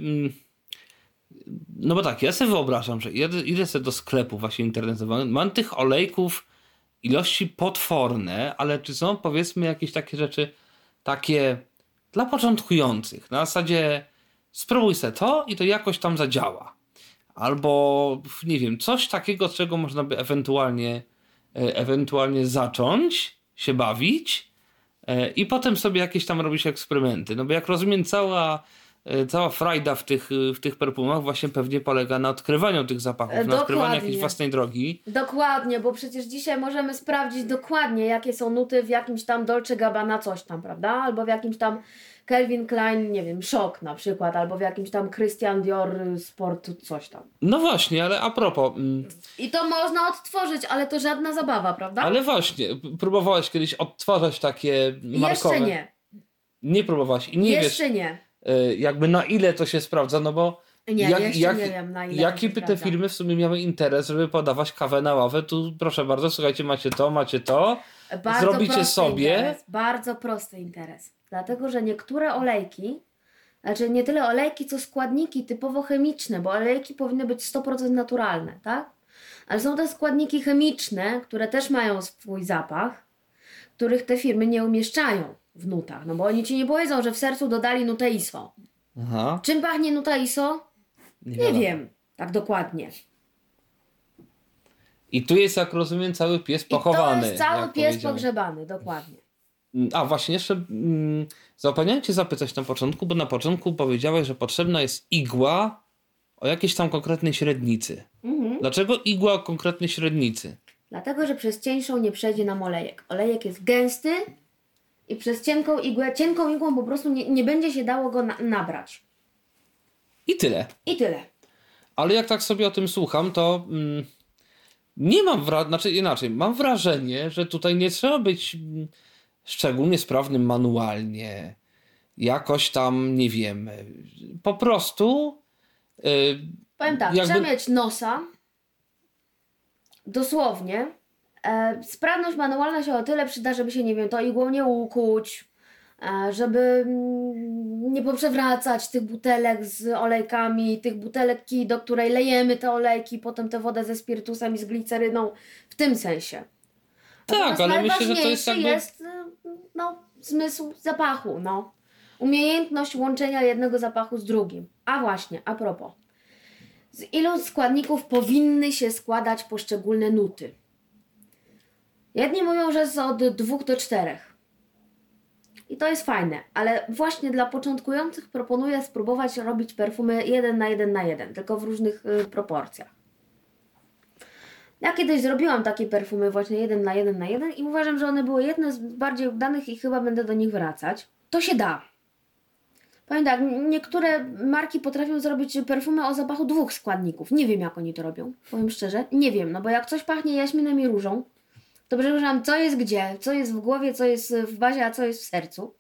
no bo tak, ja sobie wyobrażam, że idę, idę sobie do sklepu właśnie internetowego, mam tych olejków ilości potworne, ale czy są powiedzmy jakieś takie rzeczy takie dla początkujących, na zasadzie spróbuj sobie to i to jakoś tam zadziała. Albo, nie wiem, coś takiego, z czego można by ewentualnie, ewentualnie zacząć się bawić, i potem sobie jakieś tam robisz eksperymenty. No bo jak rozumiem, cała, cała frajda w tych, w tych perfumach właśnie pewnie polega na odkrywaniu tych zapachów, dokładnie. Na odkrywaniu jakiejś własnej drogi. Dokładnie, bo przecież dzisiaj możemy sprawdzić dokładnie, jakie są nuty w jakimś tam Dolce Gabbana coś tam, prawda? Albo w jakimś tam Calvin Klein, nie wiem, Szok na przykład, albo w jakimś tam Christian Dior Sport coś tam. No właśnie, ale a propos... I to można odtworzyć, ale to żadna zabawa, prawda? Ale właśnie, próbowałeś kiedyś odtwarzać takie markowe... Jeszcze nie. Nie próbowałaś i nie Jeszcze wiesz... nie. Jakby na ile to się sprawdza, no bo... Nie, jak, jeszcze jak, nie wiem na ile Jakie by te firmy w sumie miały interes, żeby podawać kawę na ławę? Tu proszę bardzo, słuchajcie, macie to, macie to, bardzo zrobicie sobie... Interes, bardzo prosty interes. Dlatego, że niektóre olejki, znaczy nie tyle olejki, co składniki typowo chemiczne, bo olejki powinny być sto procent naturalne, tak? Ale są te składniki chemiczne, które też mają swój zapach, których te firmy nie umieszczają w nutach, no bo oni ci nie powiedzą, że w sercu dodali nutę I S O. Aha. Czym pachnie nuta I S O? Nie, nie wiem, tak dokładnie. I tu jest, jak rozumiem, cały pies pochowany. I to jest cały pies pogrzebany, dokładnie. A właśnie, jeszcze mm, zapomniałem Cię zapytać na początku, bo na początku powiedziałeś, że potrzebna jest igła o jakiejś tam konkretnej średnicy. Mhm. Dlaczego igła o konkretnej średnicy? Dlatego, że przez cieńszą nie przejdzie nam olejek. Olejek jest gęsty i przez cienką igłę, cienką igłą po prostu nie, nie będzie się dało go na, nabrać. I tyle. I tyle. Ale jak tak sobie o tym słucham, to mm, nie mam wrażenia, znaczy inaczej, mam wrażenie, że tutaj nie trzeba być... Mm, szczególnie sprawnym manualnie, jakoś tam, nie wiem, po prostu... Yy, Powiem tak, jakby... trzeba mieć nosa, dosłownie. E, sprawność manualna się o tyle przyda, żeby się, nie wiem, to igłą nie ukuć, e, żeby mm, nie poprzewracać tych butelek z olejkami, tych butelek, do której lejemy te olejki, potem tę wodę ze spirytusem i z gliceryną, w tym sensie. Tak, ale myślę, że to jest jakby... jest no, zmysł zapachu, no. Umiejętność łączenia jednego zapachu z drugim. A właśnie, a propos. Z ilu składników powinny się składać poszczególne nuty? Jedni mówią, że z od dwóch do czterech. I to jest fajne, ale właśnie dla początkujących proponuję spróbować robić perfumy jeden na jeden na jeden, tylko w różnych y, proporcjach. Ja kiedyś zrobiłam takie perfumy właśnie jeden na jeden na jeden i uważam, że one były jedne z bardziej udanych i chyba będę do nich wracać. To się da. Powiem tak, niektóre marki potrafią zrobić perfumy o zapachu dwóch składników. Nie wiem, jak oni to robią, powiem szczerze. Nie wiem, no bo jak coś pachnie jaśminem i różą, to przepraszam, co jest gdzie, co jest w głowie, co jest w bazie, a co jest w sercu.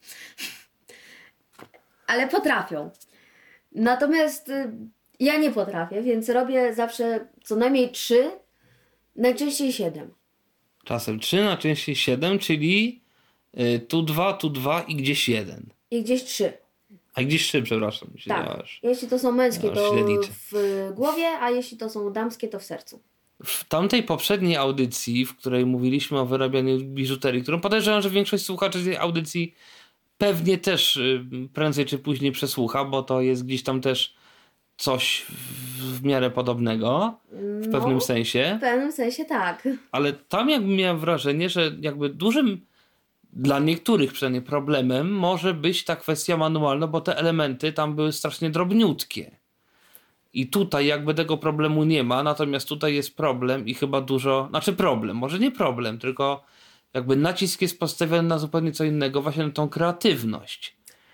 Ale potrafią. Natomiast y, ja nie potrafię, więc robię zawsze co najmniej trzy, najczęściej siedem. Czasem trzy, najczęściej siedem, czyli y, tu dwa, tu dwa i gdzieś jeden. I gdzieś trzy. A gdzieś trzy, przepraszam. Tak. Ja aż, Jeśli to są męskie, ja to źle liczę. w głowie, a jeśli to są damskie, to w sercu. W tamtej poprzedniej audycji, w której mówiliśmy o wyrabianiu biżuterii, którą podejrzewam, że większość słuchaczy tej audycji pewnie też y, prędzej czy później przesłucha, bo to jest gdzieś tam też coś w, w miarę podobnego, w No, pewnym sensie. W pewnym sensie tak. Ale tam jakby miałem wrażenie, że jakby dużym, dla niektórych przynajmniej problemem może być ta kwestia manualna, bo te elementy tam były strasznie drobniutkie. I tutaj jakby tego problemu nie ma, natomiast tutaj jest problem i chyba dużo, znaczy problem, może nie problem, tylko jakby nacisk jest postawiony na zupełnie co innego, właśnie na tą kreatywność.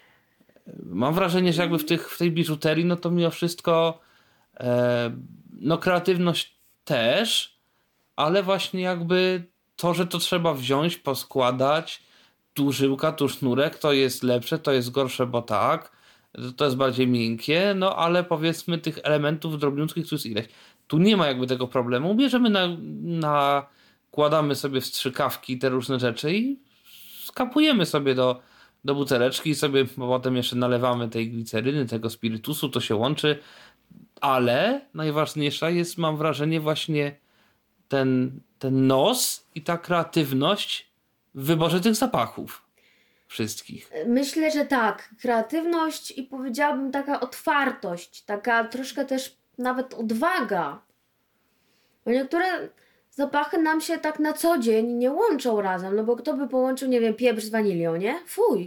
Mam wrażenie, że jakby w, tych, w tej biżuterii, no to mimo wszystko e, no kreatywność też, ale właśnie jakby to, że to trzeba wziąć, poskładać, tu żyłka, tu sznurek, to jest lepsze, to jest gorsze, bo tak, to jest bardziej miękkie, no ale powiedzmy tych elementów drobniutkich tu jest ileś. Tu nie ma jakby tego problemu, bierzemy na, na kładamy sobie w strzykawki te różne rzeczy i skapujemy sobie do, do buteleczki i sobie potem jeszcze nalewamy tej gliceryny, tego spirytusu, to się łączy, ale najważniejsza jest, mam wrażenie, właśnie ten, ten nos i ta kreatywność w wyborze tych zapachów wszystkich. Myślę, że tak. Kreatywność i powiedziałabym taka otwartość, taka troszkę też nawet odwaga. Bo niektóre zapachy nam się tak na co dzień nie łączą razem, no bo kto by połączył, nie wiem, pieprz z wanilią, nie? Fuj.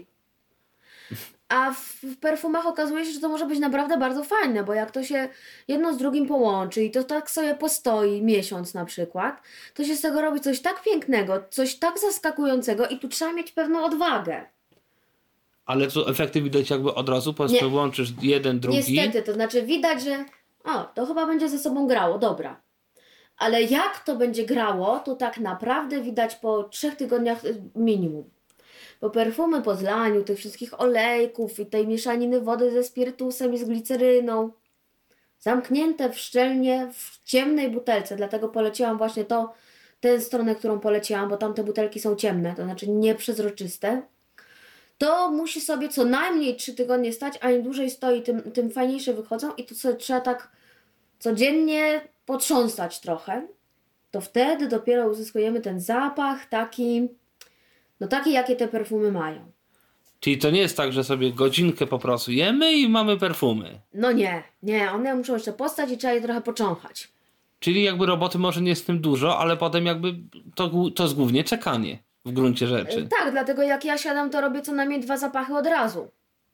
A w, w perfumach okazuje się, że to może być naprawdę bardzo fajne, bo jak to się jedno z drugim połączy i to tak sobie postoi miesiąc na przykład, to się z tego robi coś tak pięknego, coś tak zaskakującego i tu trzeba mieć pewną odwagę. Ale tu efekty widać jakby od razu, powiedzmy Nie. łączysz jeden, drugi. Niestety, to znaczy widać, że o, to chyba będzie ze sobą grało, dobra. Ale jak to będzie grało, to tak naprawdę widać po trzech tygodniach y, minimum. Bo perfumy po zlaniu tych wszystkich olejków i tej mieszaniny wody ze spirytusem i z gliceryną, zamknięte w szczelnie w ciemnej butelce, dlatego poleciłam właśnie to, tę stronę, którą poleciłam, bo tamte butelki są ciemne, to znaczy nieprzezroczyste, to musi sobie co najmniej trzy tygodnie stać, a im dłużej stoi, tym, tym fajniejsze wychodzą i to sobie trzeba tak codziennie potrząsać trochę, to wtedy dopiero uzyskujemy ten zapach taki, no taki, jakie te perfumy mają. Czyli to nie jest tak, że sobie godzinkę popracujemy i mamy perfumy. No nie, nie, one muszą jeszcze postać i trzeba je trochę począchać. Czyli jakby roboty może nie jest w tym dużo, ale potem jakby to, to jest głównie czekanie w gruncie rzeczy. Tak, dlatego jak ja siadam, to robię co najmniej dwa zapachy od razu.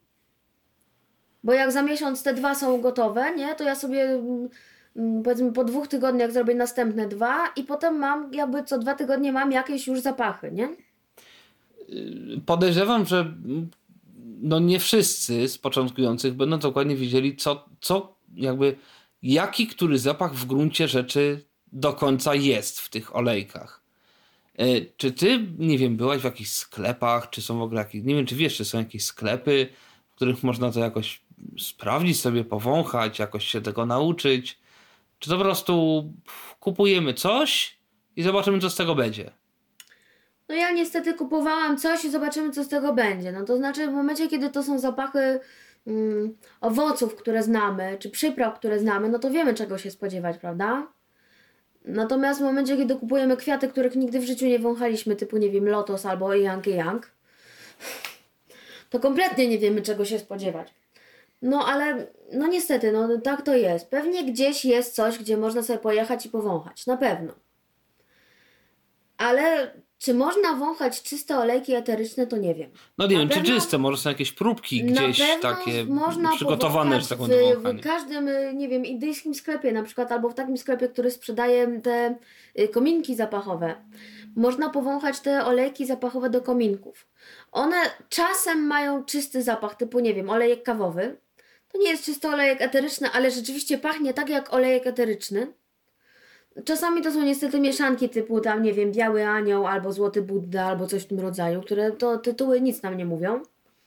Bo jak za miesiąc te dwa są gotowe, nie, to ja sobie mm, powiedzmy po dwóch tygodniach zrobię następne dwa i potem mam jakby co dwa tygodnie mam jakieś już zapachy, nie? Podejrzewam, że no nie wszyscy z początkujących będą dokładnie wiedzieli, co, co jakby, jaki który zapach w gruncie rzeczy do końca jest w tych olejkach. E, czy ty, nie wiem, byłaś w jakichś sklepach, czy są w ogóle jakieś, nie wiem, czy wiesz, czy są jakieś sklepy, w których można to jakoś sprawdzić sobie, powąchać, jakoś się tego nauczyć? Czy to po prostu kupujemy coś i zobaczymy, co z tego będzie? No ja niestety kupowałam coś i zobaczymy, co z tego będzie. No to znaczy w momencie, kiedy to są zapachy mm, owoców, które znamy, czy przypraw, które znamy, no to wiemy, czego się spodziewać, prawda? Natomiast w momencie, kiedy kupujemy kwiaty, których nigdy w życiu nie wąchaliśmy, typu, nie wiem, lotos albo yang yang, to kompletnie nie wiemy, czego się spodziewać. No ale, no niestety, no tak to jest. Pewnie gdzieś jest coś, gdzie można sobie pojechać i powąchać. Na pewno. Ale czy można wąchać czyste olejki eteryczne, to nie wiem. No nie Na wiem, czy pewno- czyste, może są jakieś próbki Na gdzieś pewno takie można przygotowane, że tak powiem, do powąchać w, wąchania. w każdym, y, nie wiem, indyjskim sklepie na przykład, albo w takim sklepie, który sprzedaje te y, kominki zapachowe. Można powąchać te olejki zapachowe do kominków. One czasem mają czysty zapach, typu, nie wiem, olejek kawowy. To nie jest czysty olejek eteryczny, ale rzeczywiście pachnie tak jak olejek eteryczny. Czasami to są niestety mieszanki typu tam, nie wiem, Biały Anioł albo Złoty Budda albo coś w tym rodzaju, które to tytuły nic nam nie mówią.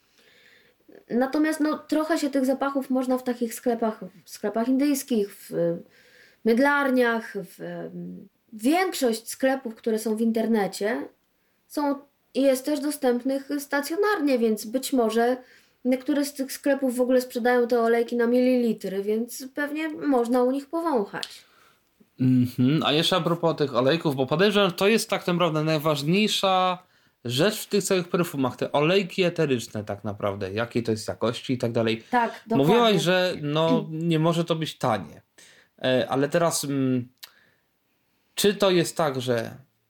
Natomiast no trochę się tych zapachów można w takich sklepach, w sklepach indyjskich, w mydlarniach, w większość sklepów, które są w internecie są i jest też dostępnych stacjonarnie, więc być może niektóre z tych sklepów w ogóle sprzedają te olejki na mililitry, więc pewnie można u nich powąchać. Mhm. A jeszcze a propos tych olejków, bo podejrzewam, że to jest tak naprawdę najważniejsza rzecz w tych całych perfumach, te olejki eteryczne tak naprawdę, jakiej to jest jakości i tak dalej. Tak, dokładnie. Mówiłaś, że no nie może to być tanie, e, ale teraz mm, czy to jest tak, że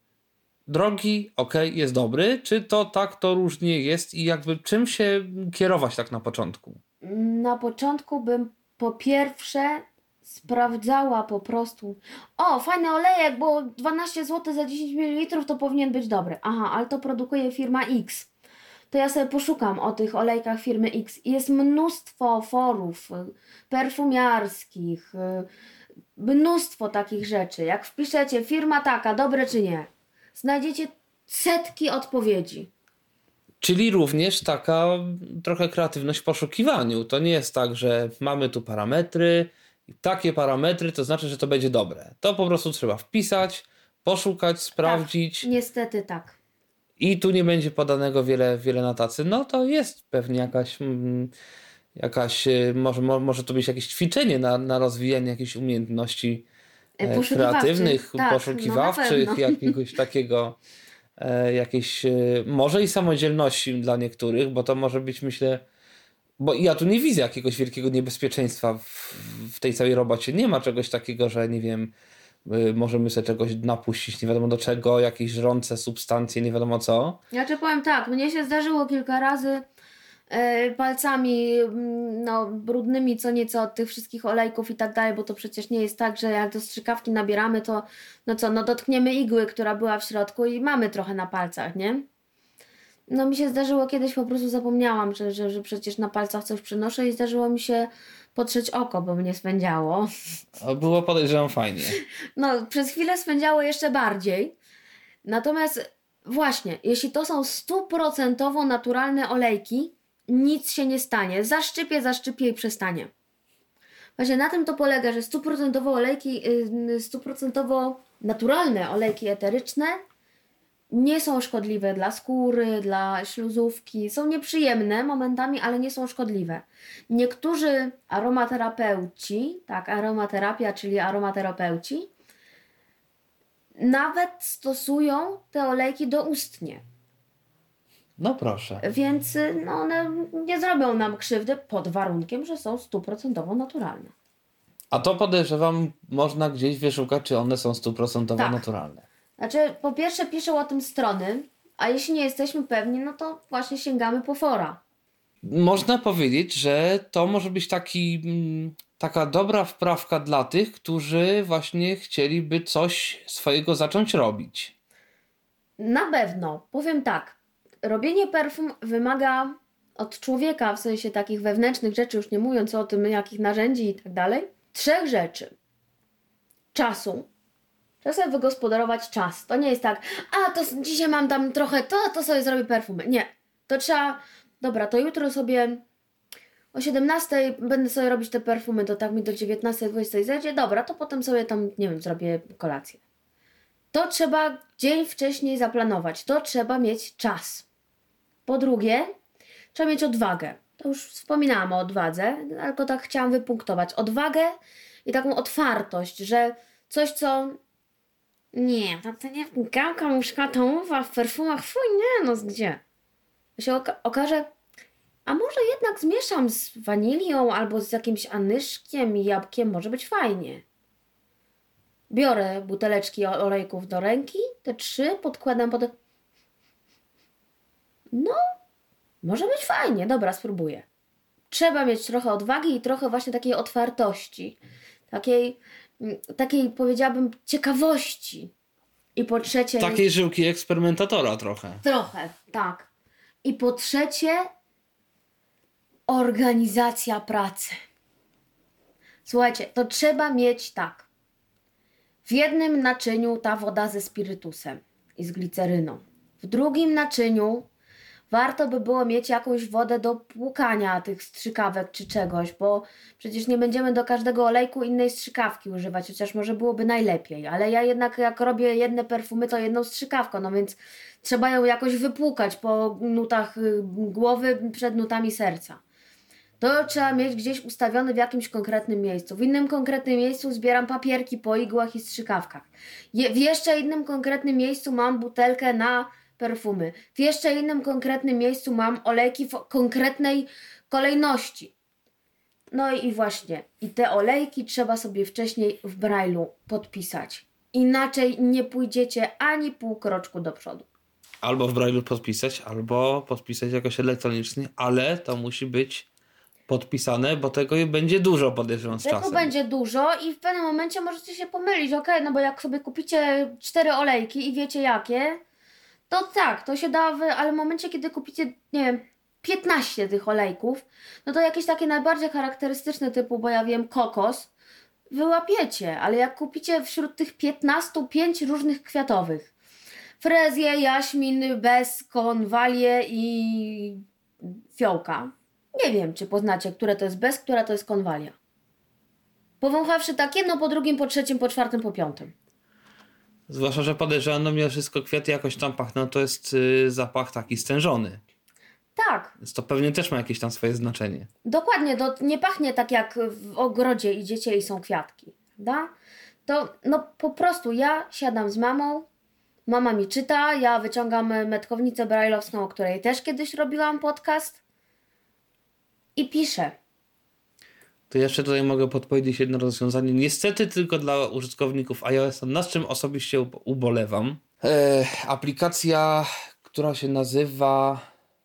drogi, okej, jest dobry, czy to tak to różnie jest i jakby czym się kierować tak na początku? Na początku bym po pierwsze sprawdzała po prostu. O, fajny olejek, bo dwanaście złotych za dziesięć mililitrów to powinien być dobry. Aha, ale to produkuje firma X. To ja sobie poszukam o tych olejkach firmy X. I jest mnóstwo forów y, perfumiarskich, y, mnóstwo takich rzeczy. Jak wpiszecie firma taka, dobre czy nie, znajdziecie setki odpowiedzi. Czyli również taka trochę kreatywność w poszukiwaniu. To nie jest tak, że mamy tu parametry i takie parametry to znaczy, że to będzie dobre. To po prostu trzeba wpisać, poszukać, sprawdzić Tak, niestety tak. i tu nie będzie podanego wiele, wiele na tacy. No to jest pewnie jakaś, mm, jakaś e, może, mo- może to być jakieś ćwiczenie na, na rozwijanie jakichś umiejętności e, Poszukiwawczych, kreatywnych, tak, poszukiwawczych, no na pewno. jakiegoś takiego e, jakiejś, e, może i samodzielności dla niektórych, bo to może być, myślę, bo ja tu nie widzę jakiegoś wielkiego niebezpieczeństwa w, w tej całej robocie. Nie ma czegoś takiego, że nie wiem, y, możemy sobie czegoś napuścić, nie wiadomo do czego, jakieś żrące substancje, nie wiadomo co. Ja ci powiem tak, mnie się zdarzyło kilka razy e, palcami mm, no, brudnymi co nieco od tych wszystkich olejków i tak dalej, bo to przecież nie jest tak, że jak do strzykawki nabieramy, to no co, no dotkniemy igły, która była w środku i mamy trochę na palcach, nie? No mi się zdarzyło kiedyś, po prostu zapomniałam, że, że, że przecież na palcach coś przynoszę i zdarzyło mi się potrzeć oko, bo mnie swędziało. A było, podejrzewam, fajnie. No, przez chwilę swędziało jeszcze bardziej. Natomiast właśnie, jeśli to są stuprocentowo naturalne olejki, nic się nie stanie. Zaszczypię, zaszczypię i przestanie. Właśnie na tym to polega, że stuprocentowo olejki, yy, stuprocentowo naturalne olejki eteryczne nie są szkodliwe dla skóry, dla śluzówki. Są nieprzyjemne momentami, ale nie są szkodliwe. Niektórzy aromaterapeuci, tak, aromaterapia, czyli aromaterapeuci, nawet stosują te olejki doustnie. No proszę. Więc y, no, one nie zrobią nam krzywdy pod warunkiem, że są stuprocentowo naturalne. A to podejrzewam, można gdzieś wyszukać, czy one są stuprocentowo Tak. naturalne. Znaczy, po pierwsze piszą o tym strony, a jeśli nie jesteśmy pewni, no to właśnie sięgamy po fora. Można powiedzieć, że to może być taki, mm, taka dobra wprawka dla tych, którzy właśnie chcieliby coś swojego zacząć robić. Na pewno, powiem tak, robienie perfum wymaga od człowieka, w sensie takich wewnętrznych rzeczy, już nie mówiąc o tym, jakich narzędzi i tak dalej, trzech rzeczy. Czasu, Trzeba sobie wygospodarować czas. To nie jest tak, a to dzisiaj mam tam trochę to, to sobie zrobię perfumy. Nie. To trzeba, dobra, to jutro sobie o siedemnastej będę sobie robić te perfumy, to tak mi do dziewiętnastej, dwudziestej zejdzie. Dobra, to potem sobie tam, nie wiem, zrobię kolację. To trzeba dzień wcześniej zaplanować. To trzeba mieć czas. Po drugie, trzeba mieć odwagę. To już wspominałam o odwadze, tylko tak chciałam wypunktować. Odwagę i taką otwartość, że coś, co... Nie, to, to nie gałka muszkatołowa w perfumach, fuj, nie, no gdzie? To się oka- okaże, a może jednak zmieszam z wanilią albo z jakimś anyszkiem i jabłkiem, może być fajnie. Biorę buteleczki olejków do ręki, te trzy, podkładam pod... No, może być fajnie, dobra, spróbuję. Trzeba mieć trochę odwagi i trochę właśnie takiej otwartości, takiej, takiej powiedziałabym ciekawości. I po trzecie... Takiej żyłki eksperymentatora trochę. Trochę, tak. I po trzecie organizacja pracy. Słuchajcie, to trzeba mieć tak. W jednym naczyniu ta woda ze spirytusem i z gliceryną. W drugim naczyniu warto by było mieć jakąś wodę do płukania tych strzykawek czy czegoś, bo przecież nie będziemy do każdego olejku innej strzykawki używać, chociaż może byłoby najlepiej, ale ja jednak jak robię jedne perfumy, to jedną strzykawką, no więc trzeba ją jakoś wypłukać po nutach głowy przed nutami serca. To trzeba mieć gdzieś ustawione w jakimś konkretnym miejscu. W innym konkretnym miejscu zbieram papierki po igłach i strzykawkach. Je- w jeszcze innym konkretnym miejscu mam butelkę na perfumy. W jeszcze innym konkretnym miejscu mam olejki w konkretnej kolejności. No i właśnie, i te olejki trzeba sobie wcześniej w Braille'u podpisać. Inaczej nie pójdziecie ani pół kroczku do przodu. Albo w Braille'u podpisać, albo podpisać jakoś elektronicznie, ale to musi być podpisane, bo tego będzie dużo, podejrzewam, z Tego czasem. będzie dużo i w pewnym momencie możecie się pomylić, okej, okay, no bo jak sobie kupicie cztery olejki i wiecie jakie, to tak, to się da, w, ale w momencie, kiedy kupicie, nie wiem, piętnaście tych olejków, no to jakieś takie najbardziej charakterystyczne typu, bo ja wiem, kokos, wyłapiecie, ale jak kupicie wśród tych piętnastu pięć różnych kwiatowych, frezję, jaśmin, bez, konwalię i fiołka, nie wiem, czy poznacie, które to jest bez, która to jest konwalia. Powąchawszy tak jedno po drugim, po trzecim, po czwartym, po piątym. Zwłaszcza, że podejrzewam, no mimo wszystko kwiaty jakoś tam pachną, to jest y, zapach taki stężony. Tak. Więc to pewnie też ma jakieś tam swoje znaczenie. Dokładnie, to nie pachnie tak jak w ogrodzie idziecie i są kwiatki, prawda? To no po prostu ja siadam z mamą, mama mi czyta, ja wyciągam metkownicę brajlowską, o której też kiedyś robiłam podcast i piszę. To jeszcze tutaj mogę podpowiedzieć jedno rozwiązanie. Niestety tylko dla użytkowników iOS-a, nad czym osobiście ubolewam. E, aplikacja, która się nazywa...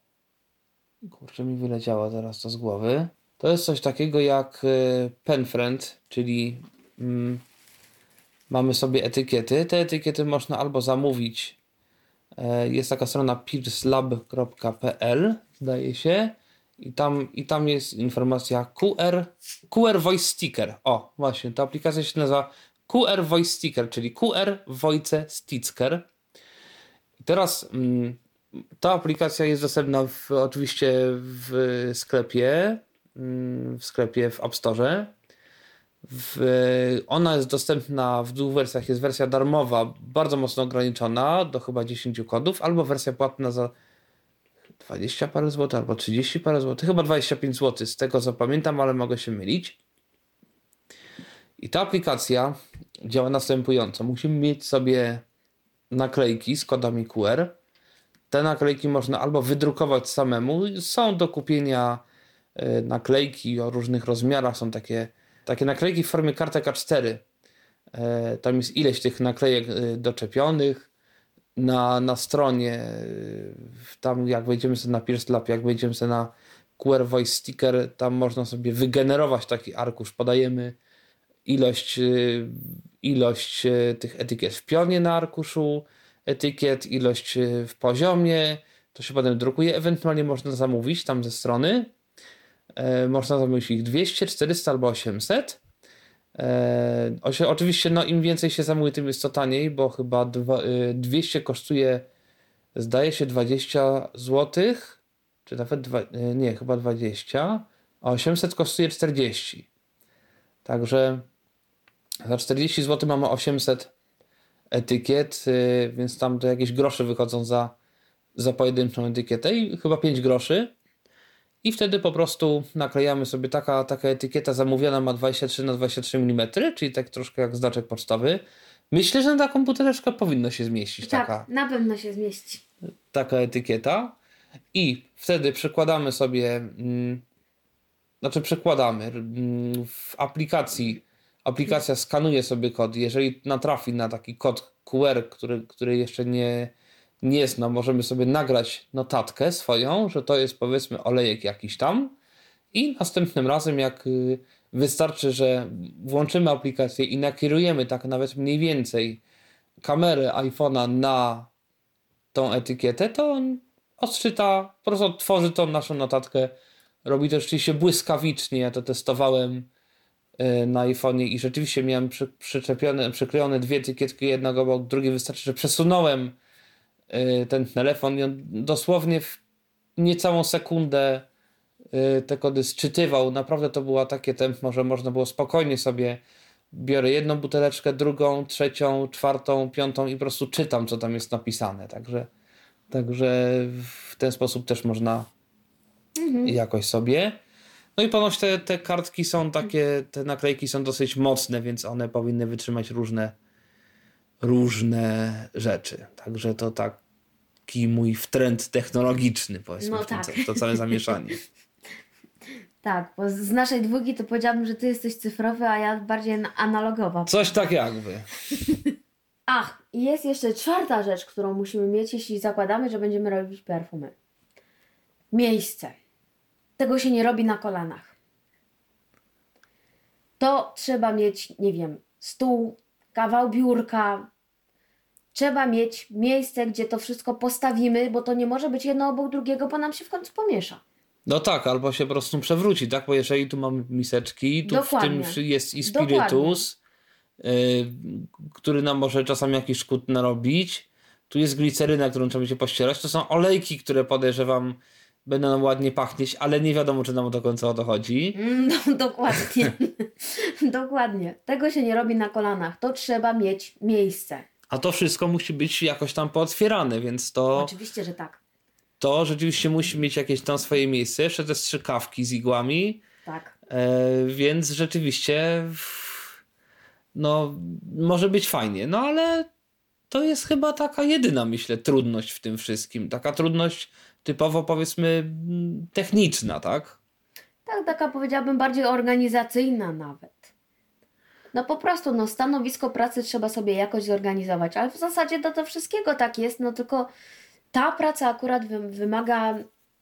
Kurczę, mi wyleciała zaraz to z głowy. To jest coś takiego jak PenFriend, czyli mm, mamy sobie etykiety. Te etykiety można albo zamówić. E, jest taka strona piercelab kropka p l, zdaje się. I tam, I tam jest informacja Q R, Q R Voice Sticker. O, właśnie, ta aplikacja się nazywa Q R Voice Sticker, czyli Q R Voice Sticker. I teraz mm, ta aplikacja jest dostępna w, oczywiście w sklepie, mm, w sklepie w App Store. W, ona jest dostępna w dwóch wersjach. Jest wersja darmowa, bardzo mocno ograniczona, do chyba dziesięć kodów, albo wersja płatna za dwadzieścia parę złotych, albo trzydzieści parę złotych, chyba dwadzieścia pięć złotych, z tego co pamiętam, ale mogę się mylić. I ta aplikacja działa następująco. Musimy mieć sobie naklejki z kodami Q R. Te naklejki można albo wydrukować samemu. Są do kupienia naklejki o różnych rozmiarach. Są takie, takie naklejki w formie kartek A cztery. Tam jest ileś tych naklejek doczepionych. Na, na stronie, tam jak wejdziemy sobie na Piercelab, jak wejdziemy sobie na Q R Voice Sticker, tam można sobie wygenerować taki arkusz. Podajemy ilość, ilość tych etykiet w pionie na arkuszu etykiet, ilość w poziomie. To się potem drukuje. Ewentualnie można zamówić tam ze strony. E, można zamówić ich dwieście, czterysta albo osiemset. E, osi- oczywiście no, im więcej się zamówi, tym jest to taniej, bo chyba dwa, y, dwieście kosztuje, zdaje się, dwadzieścia złotych, czy nawet dwa, y, nie, chyba dwadzieścia, a osiemset kosztuje czterdzieści. Także za czterdzieści złotych mamy osiemset etykiet, y, więc tam to jakieś grosze wychodzą za, za pojedynczą etykietę i chyba pięć groszy. I wtedy po prostu naklejamy sobie, taka, taka etykieta zamówiona ma dwadzieścia trzy na dwadzieścia trzy milimetry, czyli tak troszkę jak znaczek pocztowy. Myślę, że na taką buteleczkę powinno się zmieścić Tak, taka, na pewno się zmieści. taka etykieta. I wtedy przekładamy sobie, mm, znaczy przekładamy mm, w aplikacji, aplikacja skanuje sobie kod. Jeżeli natrafi na taki kod Q R, który, który jeszcze nie, nie zna, możemy sobie nagrać notatkę swoją, że to jest, powiedzmy, olejek jakiś tam. I następnym razem, jak y, wystarczy, że włączymy aplikację i nakierujemy tak nawet mniej więcej kamerę iPhone'a na tą etykietę, to on odczyta, po prostu odtworzy tą naszą notatkę. Robi to rzeczywiście błyskawicznie. Ja to testowałem y, na iPhone'ie i rzeczywiście miałem przy, przyczepione, przyklejone dwie etykietki, jednego obok drugiej. Wystarczy, że przesunąłem y, ten telefon i on dosłownie w niecałą sekundę te kody sczytywał. Naprawdę to było takie tempo, że można było spokojnie sobie, biorę jedną buteleczkę, drugą, trzecią, czwartą, piątą i po prostu czytam, co tam jest napisane. Także, także w ten sposób też można mhm. jakoś sobie. No i ponoć te, te kartki są takie, te naklejki są dosyć mocne, więc one powinny wytrzymać różne różne rzeczy. Także to taki mój wtręt technologiczny, powiedzmy, no w, tym, tak. w to całe zamieszanie. Tak, bo z naszej dwójki to powiedziałabym, że ty jesteś cyfrowy, a ja bardziej analogowa. Coś tak jakby. Ach, i jest jeszcze czwarta rzecz, którą musimy mieć, jeśli zakładamy, że będziemy robić perfumy. Miejsce. Tego się nie robi na kolanach. To trzeba mieć, nie wiem, stół, kawał biurka. Trzeba mieć miejsce, gdzie to wszystko postawimy, bo to nie może być jedno obok drugiego, bo nam się w końcu pomiesza. No tak, albo się po prostu przewróci, tak? Bo jeżeli tu mamy miseczki, tu Dokładnie. w tym jest i spirytus, yy, który nam może czasami jakiś szkód narobić. Tu jest gliceryna, którą trzeba będzie pościerać. To są olejki, które podejrzewam będą nam ładnie pachnieć, ale nie wiadomo, czy nam do końca o to chodzi. No, dokładnie. Dokładnie. Tego się nie robi na kolanach. To trzeba mieć miejsce. A to wszystko musi być jakoś tam pootwierane, więc to... Oczywiście, że tak. To rzeczywiście musi mieć jakieś tam swoje miejsce. Jeszcze te strzykawki z igłami. Tak. E, więc rzeczywiście no może być fajnie. No ale to jest chyba taka jedyna, myślę, trudność w tym wszystkim. Taka trudność typowo, powiedzmy, techniczna, tak? Tak, taka powiedziałabym bardziej organizacyjna nawet. No po prostu, no stanowisko pracy trzeba sobie jakoś zorganizować, ale w zasadzie do to wszystkiego tak jest, no tylko ta praca akurat wymaga...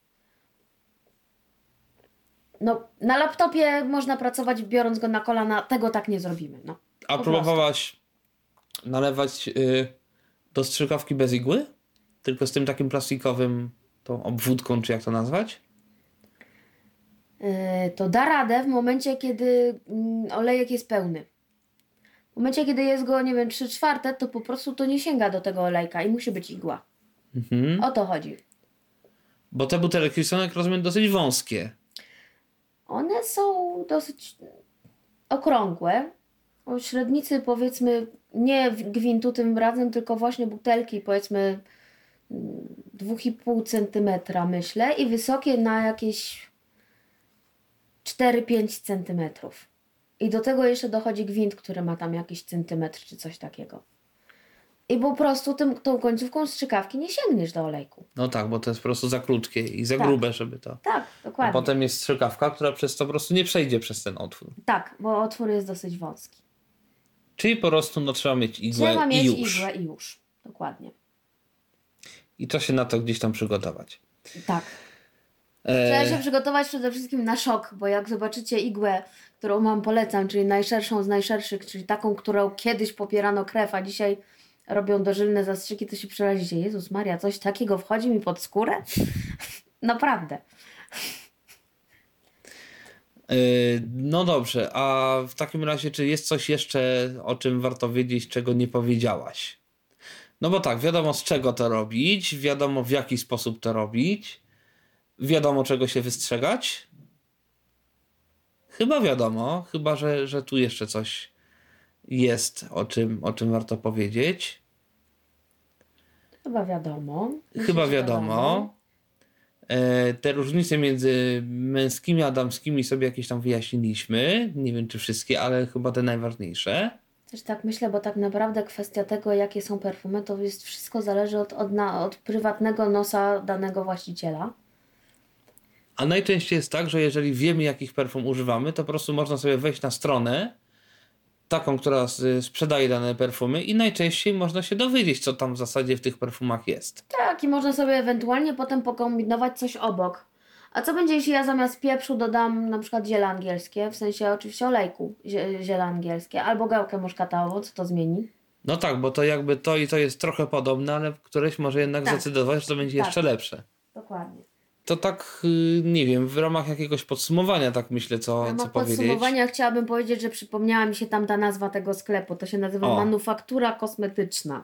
No, na laptopie można pracować biorąc go na kolana, tego tak nie zrobimy. No, A próbowałaś nalewać y, do strzykawki bez igły? Tylko z tym takim plastikowym, tą obwódką, czy jak to nazwać? Yy, to da radę w momencie, kiedy yy, olejek jest pełny. W momencie, kiedy jest go, nie wiem, trzy czwarte, to po prostu to nie sięga do tego olejka i musi być igła. Mhm. O to chodzi. Bo te butelki są, jak rozumiem, dosyć wąskie. One są dosyć okrągłe. O średnicy, powiedzmy, nie gwintu tym razem, tylko właśnie butelki, powiedzmy dwa i pół centymetra, myślę, i wysokie na jakieś cztery pięć centymetrów. I do tego jeszcze dochodzi gwint, który ma tam jakiś centymetr czy coś takiego. I po prostu tym, tą końcówką strzykawki nie sięgniesz do olejku. No tak, bo to jest po prostu za krótkie i za tak. grube, żeby to... Tak, dokładnie. A potem jest strzykawka, która przez to po prostu nie przejdzie przez ten otwór. Tak, bo otwór jest dosyć wąski. Czyli po prostu no, trzeba mieć igłę trzeba i mieć już. igłę i już. Dokładnie. I to się na to gdzieś tam przygotować. Tak. Trzeba się przygotować przede wszystkim na szok, bo jak zobaczycie igłę, którą wam polecam, czyli najszerszą z najszerszych, czyli taką, którą kiedyś popierano krew, a dzisiaj robią dożylne zastrzyki, to się przerazicie. Jezus Maria, coś takiego wchodzi mi pod skórę? Naprawdę. No dobrze, a w takim razie czy jest coś jeszcze, o czym warto wiedzieć, czego nie powiedziałaś? No bo tak, wiadomo z czego to robić, wiadomo w jaki sposób to robić, wiadomo czego się wystrzegać. Chyba wiadomo, chyba że, że tu jeszcze coś jest, o czym, o czym warto powiedzieć. Chyba wiadomo. Chyba wiadomo. E, te różnice między męskimi a damskimi sobie jakieś tam wyjaśniliśmy. Nie wiem czy wszystkie, ale chyba te najważniejsze. Też tak myślę, bo tak naprawdę kwestia tego, jakie są perfumy, to jest wszystko zależy od, od, na, od prywatnego nosa danego właściciela. A najczęściej jest tak, że jeżeli wiemy jakich perfum używamy, to po prostu można sobie wejść na stronę taką, która sprzedaje dane perfumy i najczęściej można się dowiedzieć, co tam w zasadzie w tych perfumach jest. Tak, i można sobie ewentualnie potem pokombinować coś obok. A co będzie, jeśli ja zamiast pieprzu dodam na przykład ziele angielskie, w sensie oczywiście olejku zie- ziele angielskie, albo gałkę muszkatową, co to zmieni? No tak, bo to jakby to i to jest trochę podobne, ale któreś może jednak Tak. zdecydować, że to będzie Tak. jeszcze lepsze. Dokładnie. To tak, y, nie wiem, w ramach jakiegoś podsumowania tak myślę, co, W ramach co powiedzieć. podsumowania chciałabym powiedzieć, że przypomniała mi się tam ta nazwa tego sklepu. To się nazywa O. Manufaktura Kosmetyczna.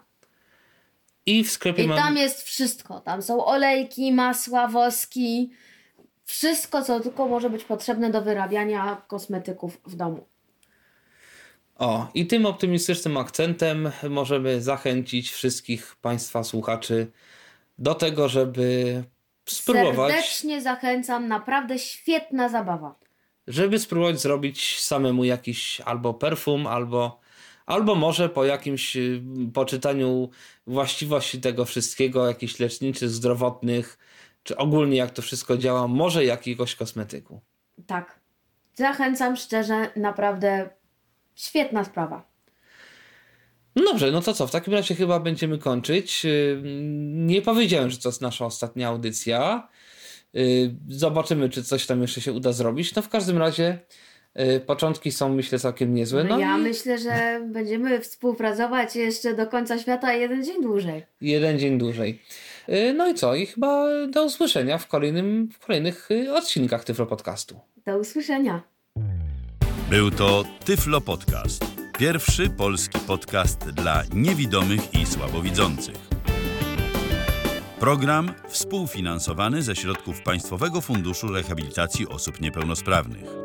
I w sklepie I mam... tam jest wszystko. Tam są olejki, masła, woski. Wszystko, co tylko może być potrzebne do wyrabiania kosmetyków w domu. O, i tym optymistycznym akcentem możemy zachęcić wszystkich Państwa słuchaczy do tego, żeby spróbować, Serdecznie zachęcam. Naprawdę świetna zabawa. żeby spróbować zrobić samemu jakiś albo perfum, albo, albo może po jakimś y, poczytaniu właściwości tego wszystkiego, jakichś leczniczych, zdrowotnych, czy ogólnie jak to wszystko działa, może jakiegoś kosmetyku. Tak. Zachęcam szczerze. Naprawdę świetna sprawa. No dobrze, no to co, w takim razie chyba będziemy kończyć. Yy, Nie powiedziałem, że to jest nasza ostatnia audycja. Yy, Zobaczymy, czy coś tam jeszcze się uda zrobić. No w każdym razie yy, początki są, myślę, całkiem niezłe. No ja i myślę, że będziemy współpracować jeszcze do końca świata jeden dzień dłużej. jeden dzień dłużej. Yy, No i co? I chyba do usłyszenia w, kolejnym, w kolejnych yy, odcinkach Tyflo Podcastu. Do usłyszenia. Był to Tyflo Podcast. Pierwszy polski podcast dla niewidomych i słabowidzących. Program współfinansowany ze środków Państwowego Funduszu Rehabilitacji Osób Niepełnosprawnych.